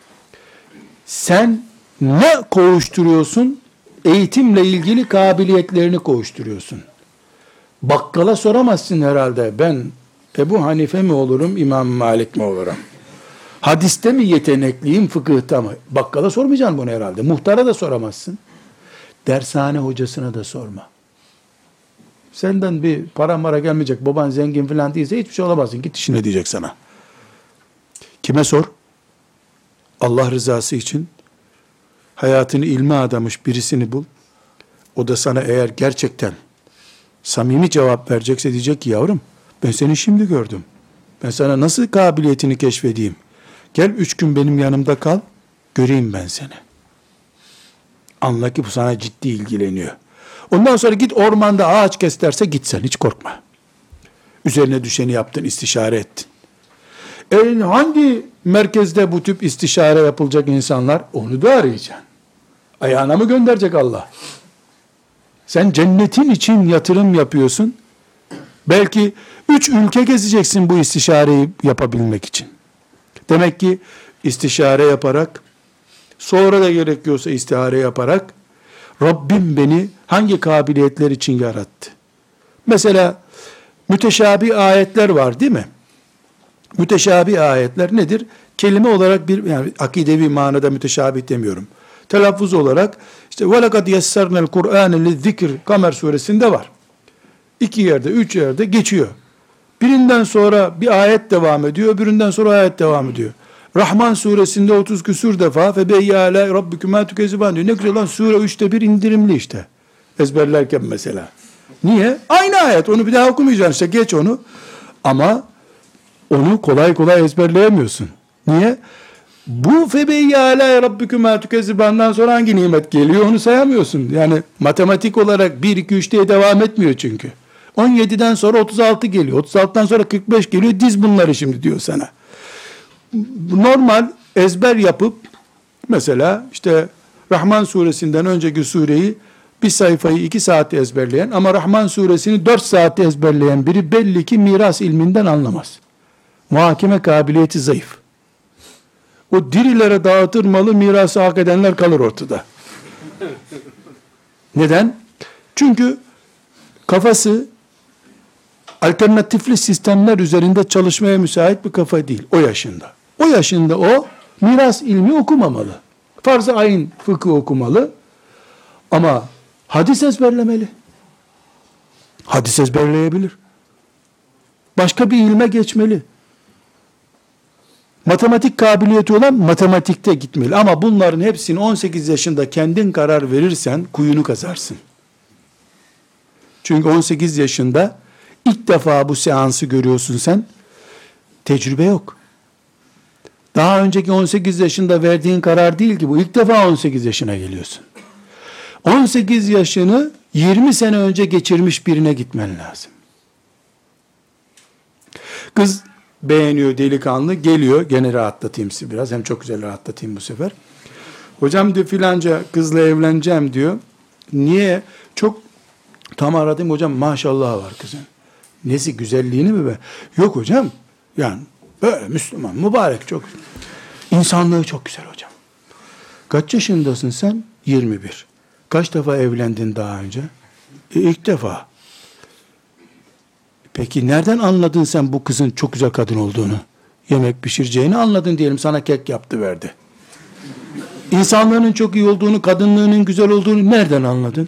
Sen ne koğuşturuyorsun? Eğitimle ilgili kabiliyetlerini koğuşturuyorsun. Bakkala soramazsın herhalde. Ben Ebu Hanife mi olurum, İmam Malik mi olurum? Hadiste mi yetenekliyim, fıkıhta mı? Bakkala sormayacaksın bunu herhalde. Muhtara da soramazsın. Dershane hocasına da sorma. Senden bir para mara gelmeyecek, baban zengin falan değilse hiçbir şey olamazsın. Git işine diyecek sana. Kime sor? Allah rızası için hayatını ilme adamış birisini bul. O da sana eğer gerçekten samimi cevap verecekse diyecek ki yavrum ben seni şimdi gördüm. Ben sana nasıl kabiliyetini keşfedeyim? Gel 3 gün benim yanımda kal, göreyim ben seni. Anla ki bu sana ciddi ilgileniyor. Ondan sonra git ormanda ağaç kes derse git sen, hiç korkma. Üzerine düşeni yaptın, istişare ettin. Hangi merkezde bu tip istişare yapılacak insanlar? Onu da arayacaksın. Ayağına mı gönderecek Allah? Sen cennetin için yatırım yapıyorsun. Belki 3 ülke gezeceksin bu istişareyi yapabilmek için. Demek ki istişare yaparak, sonra da gerekiyorsa istihare yaparak, Rabbim beni hangi kabiliyetler için yarattı? Mesela müteşabih ayetler var değil mi? Müteşabih ayetler nedir? Kelime olarak yani akidevi manada müteşabih demiyorum. Telaffuz olarak işte وَلَقَدْ يَسَّرْنَا الْقُرْآنَ لِلذِّكْرِ Kamer suresinde var. 2 yerde, 3 yerde geçiyor. Birinden sonra bir ayet devam ediyor, öbüründen sonra ayet devam ediyor. Rahman suresinde 30 küsur defa فَبَيَّ عَلَى رَبِّكُمَا تُكَذِّبَانِ diyor. Ne güzel lan, sure 3'te 1 indirimli işte. Ezberlerken mesela. Niye? Aynı ayet, onu bir daha okumayacaksın işte, geç onu. Ama onu kolay kolay ezberleyemiyorsun. Niye? Bu febeyye alâ rabbikümâ tükezzibandan sonra hangi nimet geliyor onu sayamıyorsun. Yani matematik olarak 1, 2, 3 diye devam etmiyor çünkü. 17'den sonra 36 geliyor. 36'dan sonra 45 geliyor. Diz bunları şimdi diyor sana. Normal ezber yapıp mesela işte Rahman suresinden önceki sureyi bir sayfayı 2 saatte ezberleyen ama Rahman suresini 4 saatte ezberleyen biri belli ki miras ilminden anlamaz. Muhakeme kabiliyeti zayıf. O dirilere dağıtır malı, mirası hak edenler kalır ortada. Neden? Çünkü kafası alternatifli sistemler üzerinde çalışmaya müsait bir kafa değil. O yaşında. O yaşında o miras ilmi okumamalı. Farz-ı ayn fıkıh okumalı. Ama hadis ezberlemeli. Hadis ezberleyebilir. Başka bir ilme geçmeli. Matematik kabiliyeti olan matematikte gitmeli. Ama bunların hepsini 18 yaşında kendin karar verirsen kuyunu kazarsın. Çünkü 18 yaşında ilk defa bu seansı görüyorsun sen. Tecrübe yok. Daha önceki 18 yaşında verdiğin karar değil ki bu. İlk defa 18 yaşına geliyorsun. 18 yaşını 20 sene önce geçirmiş birine gitmen lazım. Kız beğeniyor, delikanlı geliyor. Gene rahatlatayım sizi biraz. Hem çok güzel rahatlatayım bu sefer. Hocam diyor filanca kızla evleneceğim diyor. Niye? Çok tam aradım hocam, maşallah var kızın. Nesi, güzelliğini mi be? Yok hocam. Yani böyle Müslüman, mübarek, çok. İnsanlığı çok güzel hocam. Kaç yaşındasın sen? 21. Kaç defa evlendin daha önce? İlk defa. Peki nereden anladın sen bu kızın çok güzel kadın olduğunu? Yemek pişireceğini anladın diyelim, sana kek yaptı verdi. İnsanlığının çok iyi olduğunu, kadınlığının güzel olduğunu nereden anladın?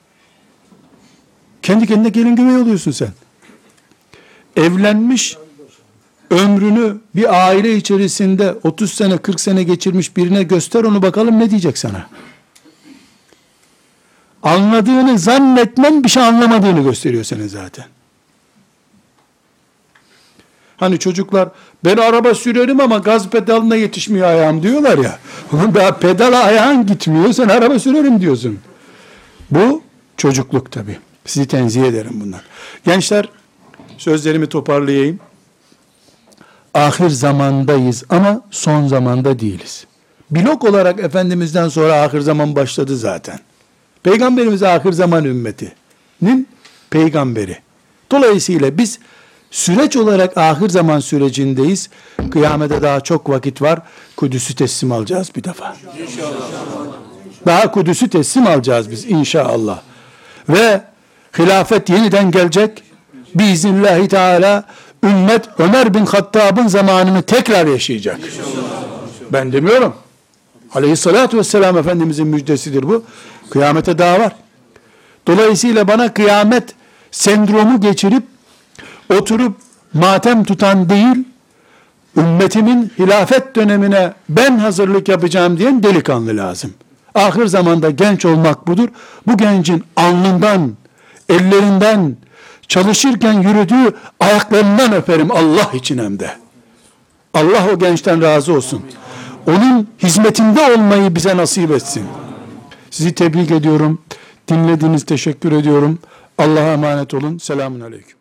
Kendi kendine gelin güvey oluyorsun sen. Evlenmiş, ömrünü bir aile içerisinde 30 sene 40 sene geçirmiş birine göster onu, bakalım ne diyecek sana. Anladığını zannetmen bir şey anlamadığını gösteriyor senin zaten. Hani çocuklar ben araba sürerim ama gaz pedalına yetişmiyor ayağım diyorlar ya. Ulan daha pedala ayağın gitmiyor, sen araba sürerim diyorsun. Bu çocukluk tabii. Sizi tenzih ederim bundan. Gençler, sözlerimi toparlayayım. Ahir zamandayız ama son zamanda değiliz. Blok olarak Efendimiz'den sonra ahir zaman başladı zaten. Peygamberimiz ahir zaman ümmetinin peygamberi. Dolayısıyla biz süreç olarak ahir zaman sürecindeyiz. Kıyamete daha çok vakit var. Kudüs'ü teslim alacağız bir defa. İnşallah. Daha Kudüs'ü teslim alacağız biz inşallah. Ve hilafet yeniden gelecek. Biiznillahü teala ümmet Ömer bin Hattab'ın zamanını tekrar yaşayacak. Ben demiyorum. Aleyhissalatü vesselam Efendimizin müjdesidir bu. Kıyamete daha var. Dolayısıyla bana kıyamet sendromu geçirip oturup matem tutan değil, ümmetimin hilafet dönemine ben hazırlık yapacağım diyen delikanlı lazım. Ahir zamanda genç olmak budur. Bu gencin alnından, ellerinden, çalışırken yürüdüğü ayaklarından öperim Allah için hem de. Allah o gençten razı olsun. Onun hizmetinde olmayı bize nasip etsin. Sizi tebrik ediyorum. Dinlediğiniz teşekkür ediyorum. Allah'a emanet olun. Selamun aleyküm.